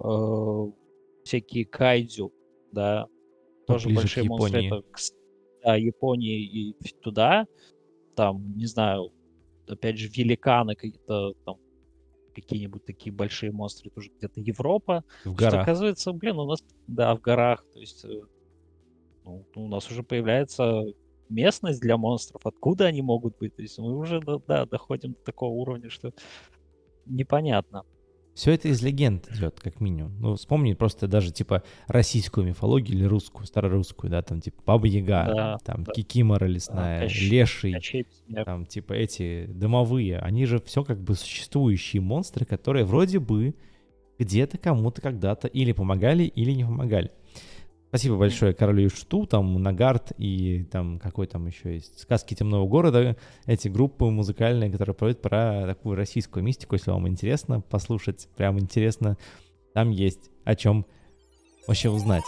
э, всякие кайдзю, да, тоже Поближе к большие монстры, Японии. это к с да, Японии и в туда. Там, не знаю, опять же, великаны какие-то там, какие-нибудь такие большие монстры, тоже где-то Европа. В То есть, горах. оказывается, блин, у нас, да, в горах, то есть, э, ну, у нас уже появляется местность для монстров, откуда они могут быть. То есть мы уже, да, да, доходим до такого уровня, что непонятно. Все это из легенд идет, как минимум. Ну, вспомни просто даже, типа, российскую мифологию или русскую, старорусскую, да, там, типа, Баба-Яга, Да, там, да, Кикимора да, лесная, Кощ- Леший, Кощей Бессмертный. там, типа, эти домовые, они же все как бы существующие монстры, которые вроде бы где-то кому-то когда-то или помогали, или не помогали. Спасибо большое Королю и Шуту, там, Нагард и там какой там еще есть, Сказки Темного Города, эти группы музыкальные, которые проводят про такую российскую мистику, если вам интересно послушать, прям интересно, там есть о чем вообще узнать.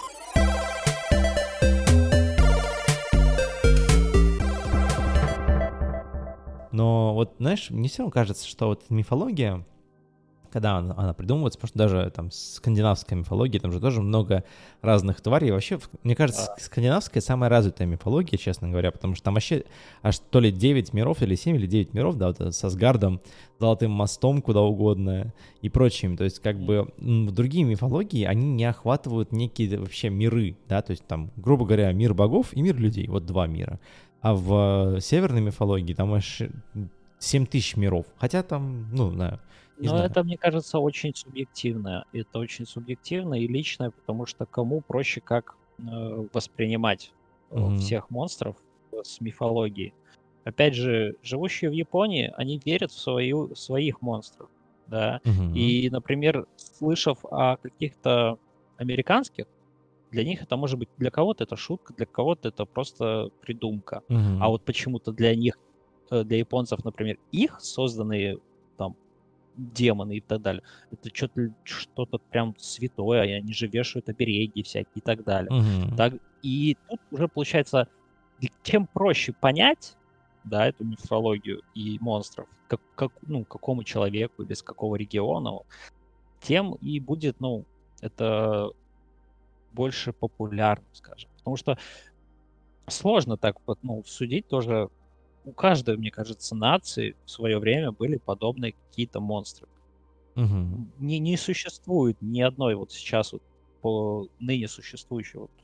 Но вот, знаешь, мне все равно кажется, что вот мифология, когда она, она придумывается, потому что даже там скандинавская мифология, там же тоже много разных тварей. И вообще, мне кажется, скандинавская самая развитая мифология, честно говоря, потому что там вообще аж то ли девять миров, или семь, или девять миров, да, вот со Асгардом, Золотым мостом, куда угодно и прочим. То есть как бы в другие мифологии они не охватывают некие вообще миры, да, то есть там, грубо говоря, мир богов и мир людей, вот два мира. А в северной мифологии там аж семь тысяч миров, хотя там, ну, знаю, не Но знаю. это, мне кажется, очень субъективно. Это очень субъективно и личное, потому что кому проще как э, воспринимать э, Мгм. всех монстров э, с мифологии. Опять же, живущие в Японии, они верят в свою, своих монстров, да. Мгм. И, например, слышав о каких-то американских, для них это может быть, для кого-то это шутка, для кого-то это просто придумка. Мгм. А вот почему-то для них, э, для японцев, например, их созданные там демоны и так далее, это что-то, что-то прям святое, и они же вешают обереги всякие и так далее. Мгм. Так, и тут уже получается, и чем проще понять, да, эту мифологию и монстров, как, как, ну, какому человеку или с какого региона, тем и будет, ну, это больше популярно, скажем. Потому что сложно так вот, ну, судить тоже. У каждой, мне кажется, нации в свое время были подобные какие-то монстры. Мгм. Не, не существует ни одной вот сейчас вот по ныне существующей вот,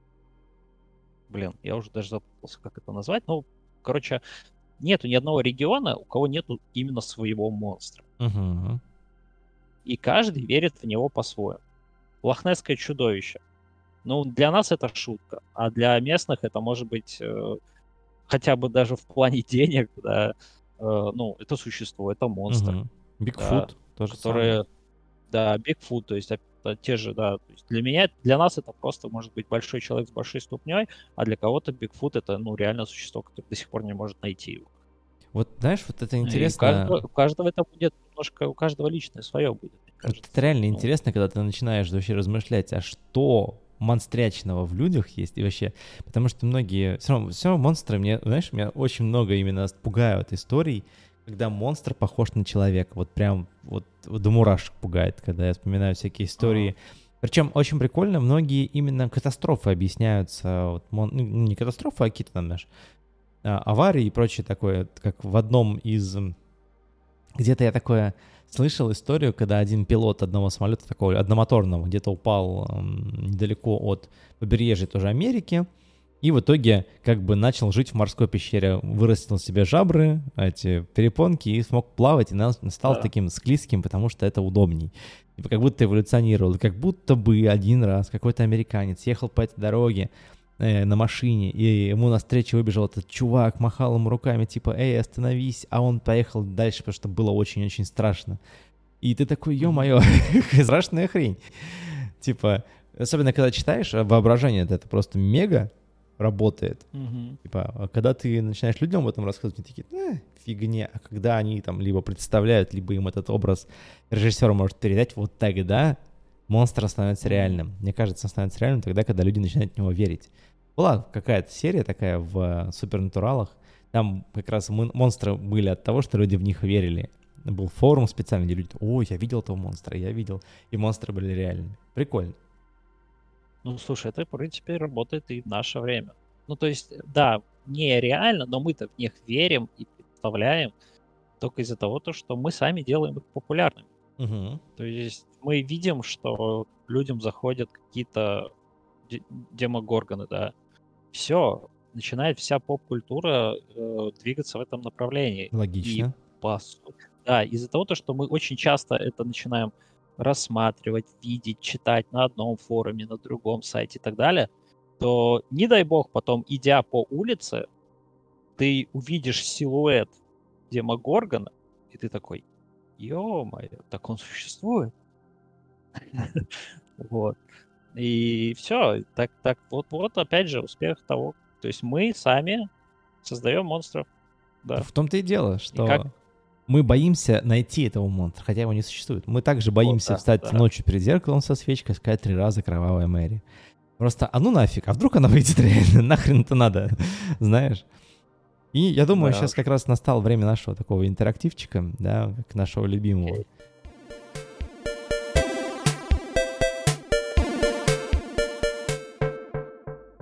блин, я уже даже запутался, как это назвать. Ну, короче, нету ни одного региона, у кого нету именно своего монстра. Мгм. И каждый верит в него по-своему. Лохнесское чудовище. Ну, для нас это шутка, а для местных это может быть э, хотя бы даже в плане денег, да, э, ну, это существо, это монстр, Мгм. да, Бигфут тоже самое. которые, да, Bigfoot, то есть это те же, да, то есть для меня, для нас это просто может быть большой человек с большой ступней, а для кого-то Bigfoot это, ну, реально существо, которое до сих пор не может найти его. Вот знаешь, вот это И у интересно. каждого, у каждого это будет немножко, у каждого личное свое будет, мне Вот кажется. это реально Ну, интересно, когда ты начинаешь вообще размышлять, а что монстрячного в людях есть и вообще, потому что многие, все равно, все равно монстры, мне, знаешь, меня очень много именно пугают историй, когда монстр похож на человека, вот прям вот, вот до мурашек пугает, когда я вспоминаю всякие истории. Причем очень прикольно, многие именно катастрофы объясняются, вот, мон- ну, не катастрофы, а какие-то там, знаешь, а, аварии и прочее такое, как в одном из, м, где-то я такое слышал историю, когда один пилот одного самолета такого одномоторного где-то упал м, недалеко от побережья тоже Америки, и в итоге как бы начал жить в морской пещере, вырастил себе жабры, эти перепонки и смог плавать, и на- стал Да. таким склизким, потому что это удобней. Типа как будто эволюционировал, и как будто бы один раз какой-то американец ехал по этой дороге э, на машине, и ему навстречу выбежал этот чувак, махал ему руками, типа, эй, остановись, а он поехал дальше, потому что было очень-очень страшно. И ты такой, ё-моё, страшная хрень. Типа, особенно когда читаешь, воображение это просто мега работает. Мгм. Типа, а когда ты начинаешь людям об этом рассказывать, они такие, э, фигня. А когда они там либо представляют, либо им этот образ режиссер может передать, вот тогда монстр становится Мгм. реальным. Мне кажется, он становится реальным тогда, когда люди начинают в него верить. Была какая-то серия такая в Супернатуралах, там как раз мон- монстры были от того, что люди в них верили. Был форум специальный, где люди, ой, я видел этого монстра, я видел, и монстры были реальными. Прикольно. Ну, слушай, это, в принципе, работает и в наше время. Ну, то есть, да, нереально, но мы-то в них верим и представляем только из-за того, то, что мы сами делаем их популярными. Угу. То есть мы видим, что людям заходят какие-то де- демогоргоны, да. Все, начинает вся поп-культура э, двигаться в этом направлении. И Логично. по су- да, из-за того, то, что мы очень часто это начинаем рассматривать, видеть, читать на одном форуме, на другом сайте и так далее, то не дай бог потом, идя по улице, ты увидишь силуэт демогоргона, и ты такой, ё-моё, так он существует. Вот. И все. Так, так, вот, вот опять же успех того. То есть мы сами создаем монстров. Да. В том-то и дело, И как... что мы боимся найти этого монстра, хотя его не существует. Мы также Вот, боимся да, встать да. ночью перед зеркалом со свечкой, сказать три раза «Кровавая Мэри». Просто, а ну нафиг, а вдруг она выйдет реально, нахрен это надо, знаешь? И я думаю, Да сейчас уж. как раз настало время нашего такого интерактивчика, да, как нашего любимого. Окей.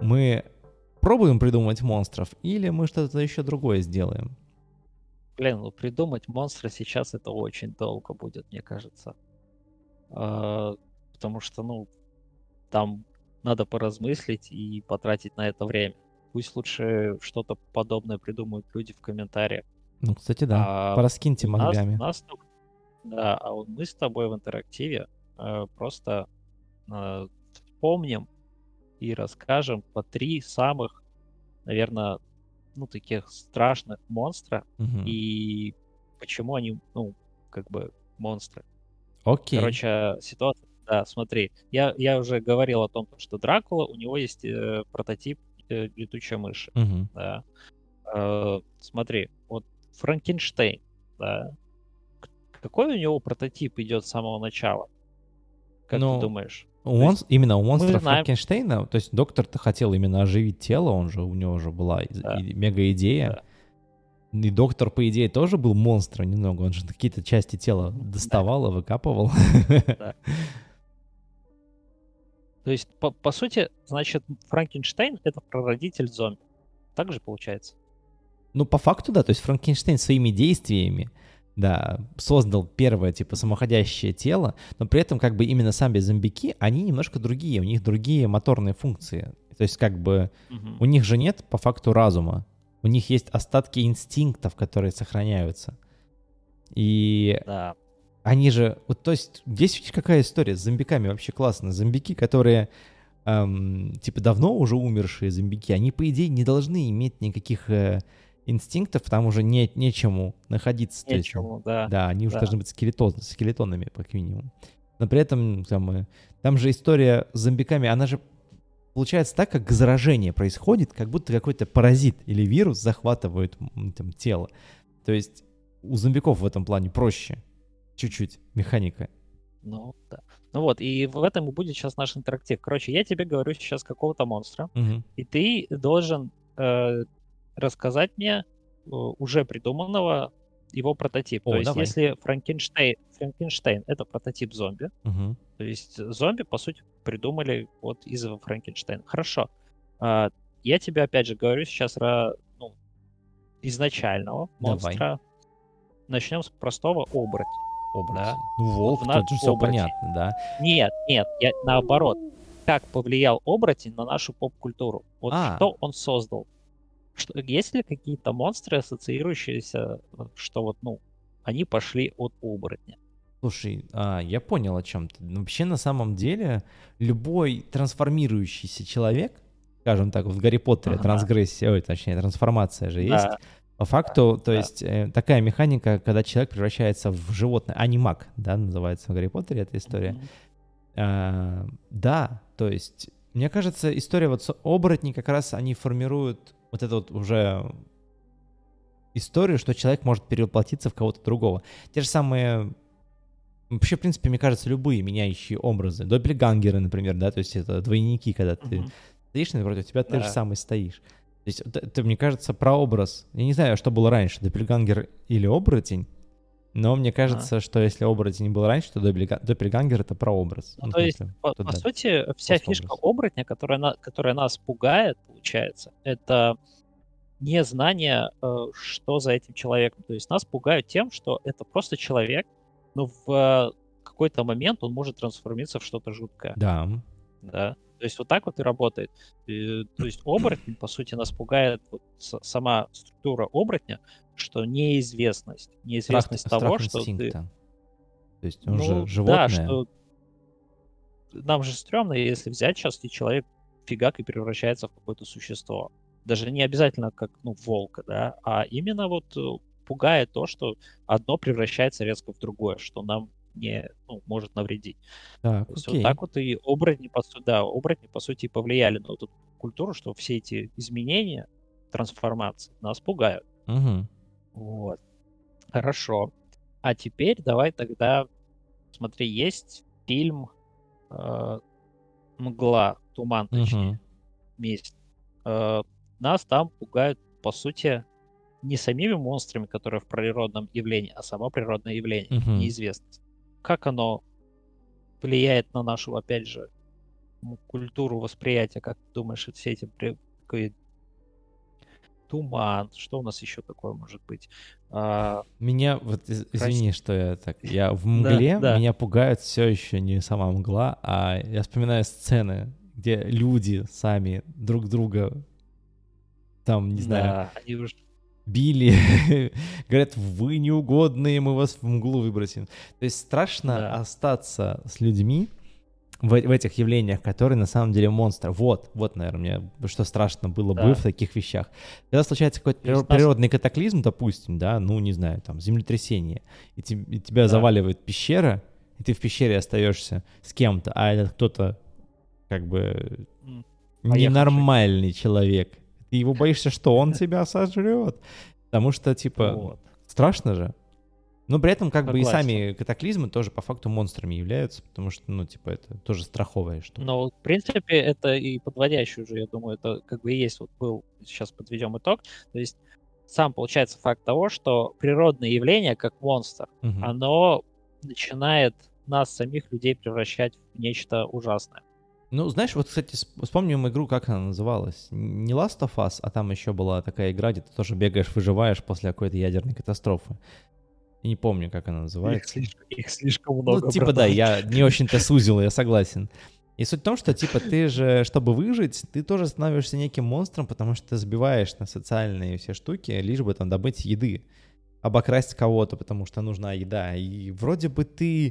Мы пробуем придумать монстров, или мы что-то еще другое сделаем? Блин, ну придумать монстра сейчас это очень долго будет, мне кажется. А, потому что, ну, там надо поразмыслить и потратить на это время. Пусть лучше что-то подобное придумают люди в комментариях. Ну, кстати, да. А Пораскиньте у нас, у мозгами. нас, тут- да, а вот мы с тобой в интерактиве э, просто э, вспомним и расскажем по три самых, наверное, ну, таких страшных монстра Мгм. и почему они, ну, как бы монстры. Окей. Короче, ситуация, да, смотри, я, я уже говорил о том, что Дракула, у него есть э, прототип э, летучей мыши, Мгм. да. Э, смотри, вот Франкенштейн, да, к- какой у него прототип идет с самого начала, как ты Ну, думаешь? у То монс- есть именно у мы монстра знаем, Франкенштейна, то есть доктор-то хотел именно оживить тело, он же, у него же была из- да, и- мега-идея. да, И доктор, по идее, тоже был монстром немного, он же какие-то части тела да, доставал и выкапывал. да. То есть, по, по сути, значит, Франкенштейн — это прародитель зомби. Так же получается? Ну, по факту, да, то есть Франкенштейн своими действиями, да, создал первое, типа, самоходящее тело, но при этом, как бы, именно сами зомбики, они немножко другие, у них другие моторные функции. То есть, как бы, Мгм. у них же нет, по факту, разума. У них есть остатки инстинктов, которые сохраняются. И Да. они же... Вот, то есть, здесь ведь какая история с зомбиками вообще классно. Зомбики, которые, эм, типа, давно уже умершие зомбики, они, по идее, не должны иметь никаких э, инстинктов, там уже не, нечему находиться. То есть, Нечему, да, да, они уже да. должны быть скелетон, скелетонами, как минимум. Но при этом там, э, там же история с зомбиками, она же получается так, как заражение происходит, как будто какой-то паразит или вирус захватывает м, там, тело. То есть у зомбиков в этом плане проще. Чуть-чуть механика. Ну, да. Ну вот, и в этом и будет сейчас наш интерактив. Короче, я тебе говорю сейчас какого-то монстра, Мгм. и ты должен э, рассказать мне э, уже придуманного его прототип. То О, есть, давай. если Франкенштейн, Франкенштейн это прототип зомби, Мгм. то есть зомби, по сути, придумали вот из Франкенштейна. Хорошо. А, я тебе опять же говорю сейчас про ну, изначального Давай. монстра. Начнем с простого оборотня. Оборотень. Да. Ну, Вот волк, в на- тут же все оборотень. понятно, да. Нет, нет, я наоборот. Как повлиял оборотень на нашу поп-культуру? Вот А, что он создал? Что, есть ли какие-то монстры, ассоциирующиеся, э, что вот, ну, они пошли от оборотня? слушай, а, я понял о чем ты. Ну, вообще, на самом деле, любой трансформирующийся человек, скажем так, вот в Гарри Поттере Ага, трансгрессия, ой, точнее, трансформация же есть. да, По факту, то да. есть э, такая механика, когда человек превращается в животное, анимак, да, называется в Гарри Поттере эта история. Мгм. А, да, то есть, мне кажется, история вот с оборотней как раз они формируют вот эту вот уже историю, что человек может перевоплотиться в кого-то другого. Те же самые, вообще, в принципе, мне кажется, любые меняющие образы. Доппельгангеры, например, да, то есть это двойники, когда ты Мгм. стоишь напротив тебя, ты же Да. самый стоишь. То есть это, это, мне кажется, прообраз. Я не знаю, что было раньше, доппельгангер или оборотень, но мне Ага. кажется, что если оборотень был раньше, то доппельга- доппельгангер — это прообраз. Ну, Ну, в то есть, смысле, по, что по да, сути, вся фишка пост-образ. оборотня, которая, на, которая нас пугает, получается, это незнание, э, что за этим человеком. То есть нас пугают тем, что это просто человек, но в э, какой-то момент он может трансформироваться в что-то жуткое. Да. Да. То есть вот так вот и работает. И, то есть оборотень, по сути, нас пугает вот с- сама структура оборотня, что неизвестность. Страх, Неизвестность страх того, что ты... инстинкта. То есть он же Ну, да, животное. что нам же стрёмно, если взять сейчас, и человек фигак и превращается в какое-то существо. Даже не обязательно как, ну, волка, да, а именно вот э, пугает то, что одно превращается резко в другое, что нам не, ну, может навредить. Так, То есть вот окей. так вот и оборотни, по сути, да, оборотни, по сути, и повлияли на вот эту культуру, что все эти изменения, трансформации нас пугают. Мгм. Вот. Хорошо. А теперь давай тогда, смотри, есть фильм э, «Мгла», «Туман», точнее, Мгм. «Месть». Э, нас там пугают, по сути, не самими монстрами, которые в природном явлении, а само природное явление, Мгм. неизвестность. Как оно влияет на нашу, опять же, культуру восприятия, как ты думаешь, все эти при- такой туман, что у нас еще такое может быть? А, Меня, вот из- извини, красиво. что я так, я в Да, мгле, да, меня пугает все еще не сама мгла, а я вспоминаю сцены, где люди сами друг друга там, не знаю, да, они уже, били, говорят, вы неугодные, мы вас в мглу выбросим. То есть страшно да, остаться с людьми в, в этих явлениях, которые на самом деле монстры. Вот, вот, наверное, мне что страшно было бы в да. таких вещах. Когда случается какой-то То есть прир- нас, природный катаклизм, допустим, да, ну, не знаю, там, землетрясение, и, те- и тебя да, заваливает пещера, и ты в пещере остаешься с кем-то, а этот кто-то как бы м, поехавший. ненормальный человек. Ты его боишься, что он тебя сожрет. Потому что, типа, Вот, страшно же. Но при этом как бы и согласен. сами катаклизмы тоже по факту монстрами являются, потому что, ну, типа, это тоже страховая штука. Но, в принципе, это и подводящий уже, я думаю, это как бы и есть, вот был, сейчас подведем итог. То есть сам получается факт того, что природное явление, как монстр, Мгм. оно начинает нас, самих людей, превращать в нечто ужасное. Ну, знаешь, вот, кстати, сп- вспомним игру, как она называлась. Не Last of Us, а там еще была такая игра, где ты тоже бегаешь, выживаешь после какой-то ядерной катастрофы. Я не помню, как она Их называется. слишком, их слишком Ну, много, типа, да, братан. я не очень-то сузил, я согласен. И суть в том, что, типа, ты же, чтобы выжить, ты тоже становишься неким монстром, потому что ты сбиваешь на социальные все штуки, лишь бы там добыть еды, обокрасть кого-то, потому что нужна еда. И вроде бы ты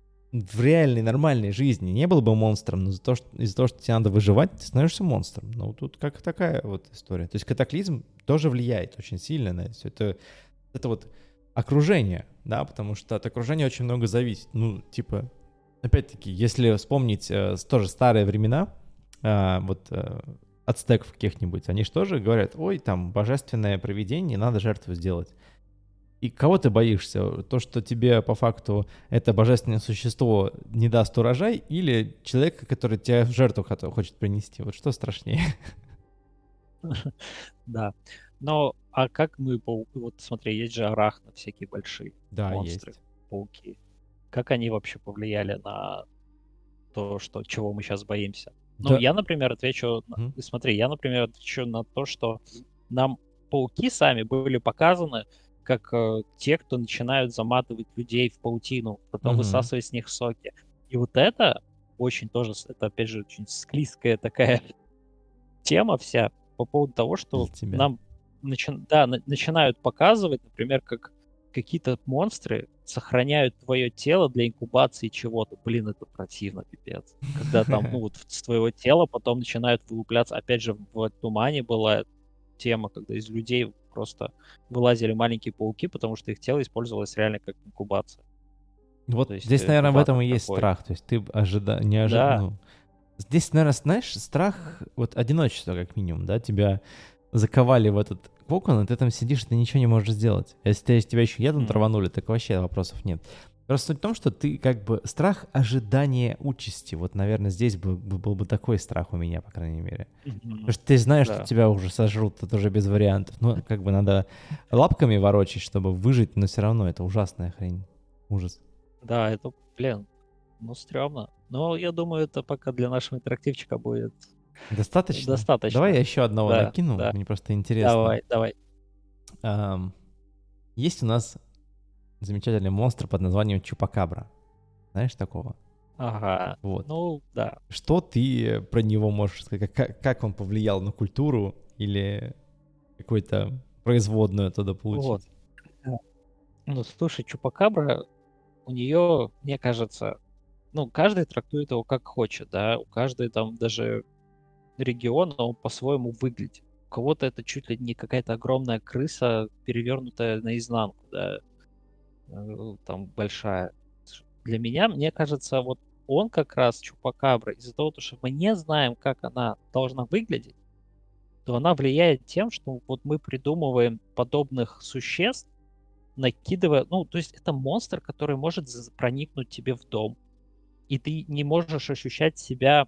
в реальной, нормальной жизни не был бы монстром, но из-за того, что, из-за того, что тебе надо выживать, ты становишься монстром. Ну, тут как такая вот история. То есть катаклизм тоже влияет очень сильно на это. Это, это вот окружение, да, потому что от окружения очень много зависит. Ну, типа, опять-таки, если вспомнить э, с- тоже старые времена, э, вот э, ацтеков каких-нибудь, они же тоже говорят, ой, там, божественное провидение, надо жертву сделать. И кого ты боишься? То, что тебе по факту это божественное существо не даст урожай, или человека, который тебя в жертву хот- хочет принести? Вот что страшнее? Да. Но, а как мы, пау- вот смотри, есть же арахны всякие большие, Да, монстры, есть. пауки. Как они вообще повлияли на то, что, чего мы сейчас боимся? Ну, Да. я, например, отвечу, на- Мгм. смотри, я, например, отвечу на то, что нам пауки сами были показаны как э, те, кто начинают заматывать людей в паутину, потом Мгм. высасывать с них соки. И вот это очень тоже, с- это опять же очень склизкая такая тема вся по поводу того, Для что тебя. нам начи- да, на- начинают показывать, например, как какие-то монстры сохраняют твое тело для инкубации чего-то. Блин, это противно, пипец. Когда там, ну вот с твоего тела потом начинают вылупляться. Опять же, в тумане была тема, когда из людей просто вылазили маленькие пауки, потому что их тело использовалось реально как инкубация. То Вот есть здесь, э, наверное, в этом кубатор и есть такой. страх. То есть ты ожида... не ожи... Да, ну, здесь, наверное, знаешь, страх, вот одиночество как минимум, да, тебя заковали в этот кокон, и ты там сидишь, и ты ничего не можешь сделать. Если ты- если тебя еще едом м, траванули, так вообще вопросов нет. Просто суть в том, что ты как бы страх ожидания участи. Вот, наверное, здесь бы, бы- был бы такой страх у меня, по крайней мере. мгм, Потому что ты знаешь, что да. тебя уже сожрут, это уже без вариантов. Ну, как бы надо лапками ворочать, чтобы выжить, но все равно это ужасная хрень. Ужас. Да, это, блин, ну, стрёмно. Но я думаю, это пока для нашего интерактивчика будет Достаточно? Давай я достаточно. еще одного Да, накину, да. мне просто интересно. Давай, давай. Ам, есть у нас замечательный монстр под названием Чупакабра. Знаешь такого? Ага. Вот. Ну, да. Что ты про него можешь сказать? Как, как он повлиял на культуру или какую-то производную оттуда Вот. получить? Да. Ну, слушай, Чупакабра, у нее, мне кажется, ну, каждый трактует его как хочет, да. У каждой там даже региона он по-своему выглядит. У кого-то это чуть ли не какая-то огромная крыса, перевернутая наизнанку, да, э, там большая. С- Для меня, мне кажется, вот он как раз Чупакабра, из-за того, что мы не знаем, как она должна выглядеть, то она влияет тем, что вот мы придумываем подобных существ, накидывая, ну, то есть это монстр, который может з- проникнуть тебе в дом, и ты не можешь ощущать себя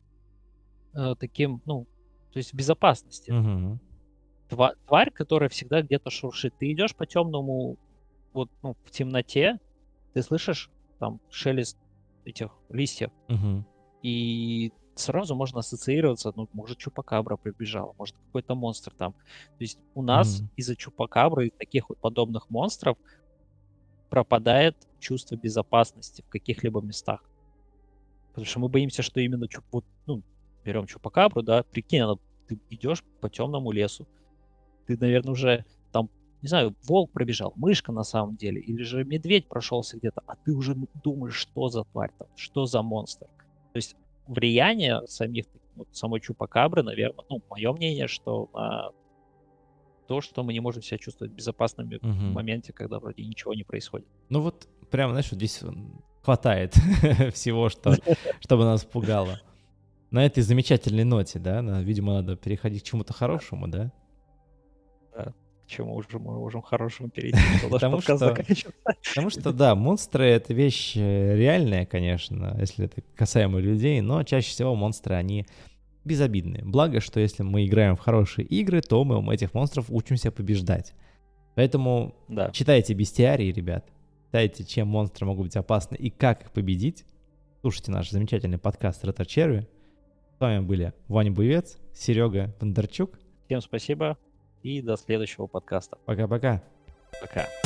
э, таким, ну, то есть в безопасности. Мгм. Тва- тварь, которая всегда где-то шуршит. Ты идешь по темному, вот, ну, в темноте, ты слышишь там шелест этих листьев, Мгм. и сразу можно ассоциироваться, ну, может, Чупакабра прибежала, может, какой-то монстр там. То есть у нас Мгм. из-за Чупакабры и таких вот подобных монстров пропадает чувство безопасности в каких-либо местах. Потому что мы боимся, что именно чуп, вот, ну, берем Чупакабру, да, прикинь, она- ты идешь по темному лесу, ты, наверное, уже там, не знаю, волк пробежал, мышка на самом деле, или же медведь прошелся где-то, а ты уже думаешь, что за тварь там, что за монстр. То есть влияние самих, вот, самой Чупакабры, наверное, ну, мое мнение, что на то, что мы не можем себя чувствовать безопасными в Мгм. моменте, когда вроде ничего не происходит. Ну вот прям, знаешь, вот здесь м, хватает всего, что, чтобы нас пугало. На этой замечательной ноте, да, на- видимо, надо переходить к чему-то хорошему, да? Да. К чему уже мы можем хорошему перейти, что наш Потому подкаст что, заканчивается. потому что, да, монстры — это вещь э, реальная, конечно, если это касаемо людей, но чаще всего монстры, они безобидные. Благо, что если мы играем в хорошие игры, то мы этих монстров учимся побеждать. Поэтому Да. читайте бестиарий, ребят. Читайте, чем монстры могут быть опасны и как их победить. Слушайте наш замечательный подкаст «Ретро Черви». С вами были Ваня Буевец, Серега Бондарчук. Всем спасибо и до следующего подкаста. Пока-пока. Пока.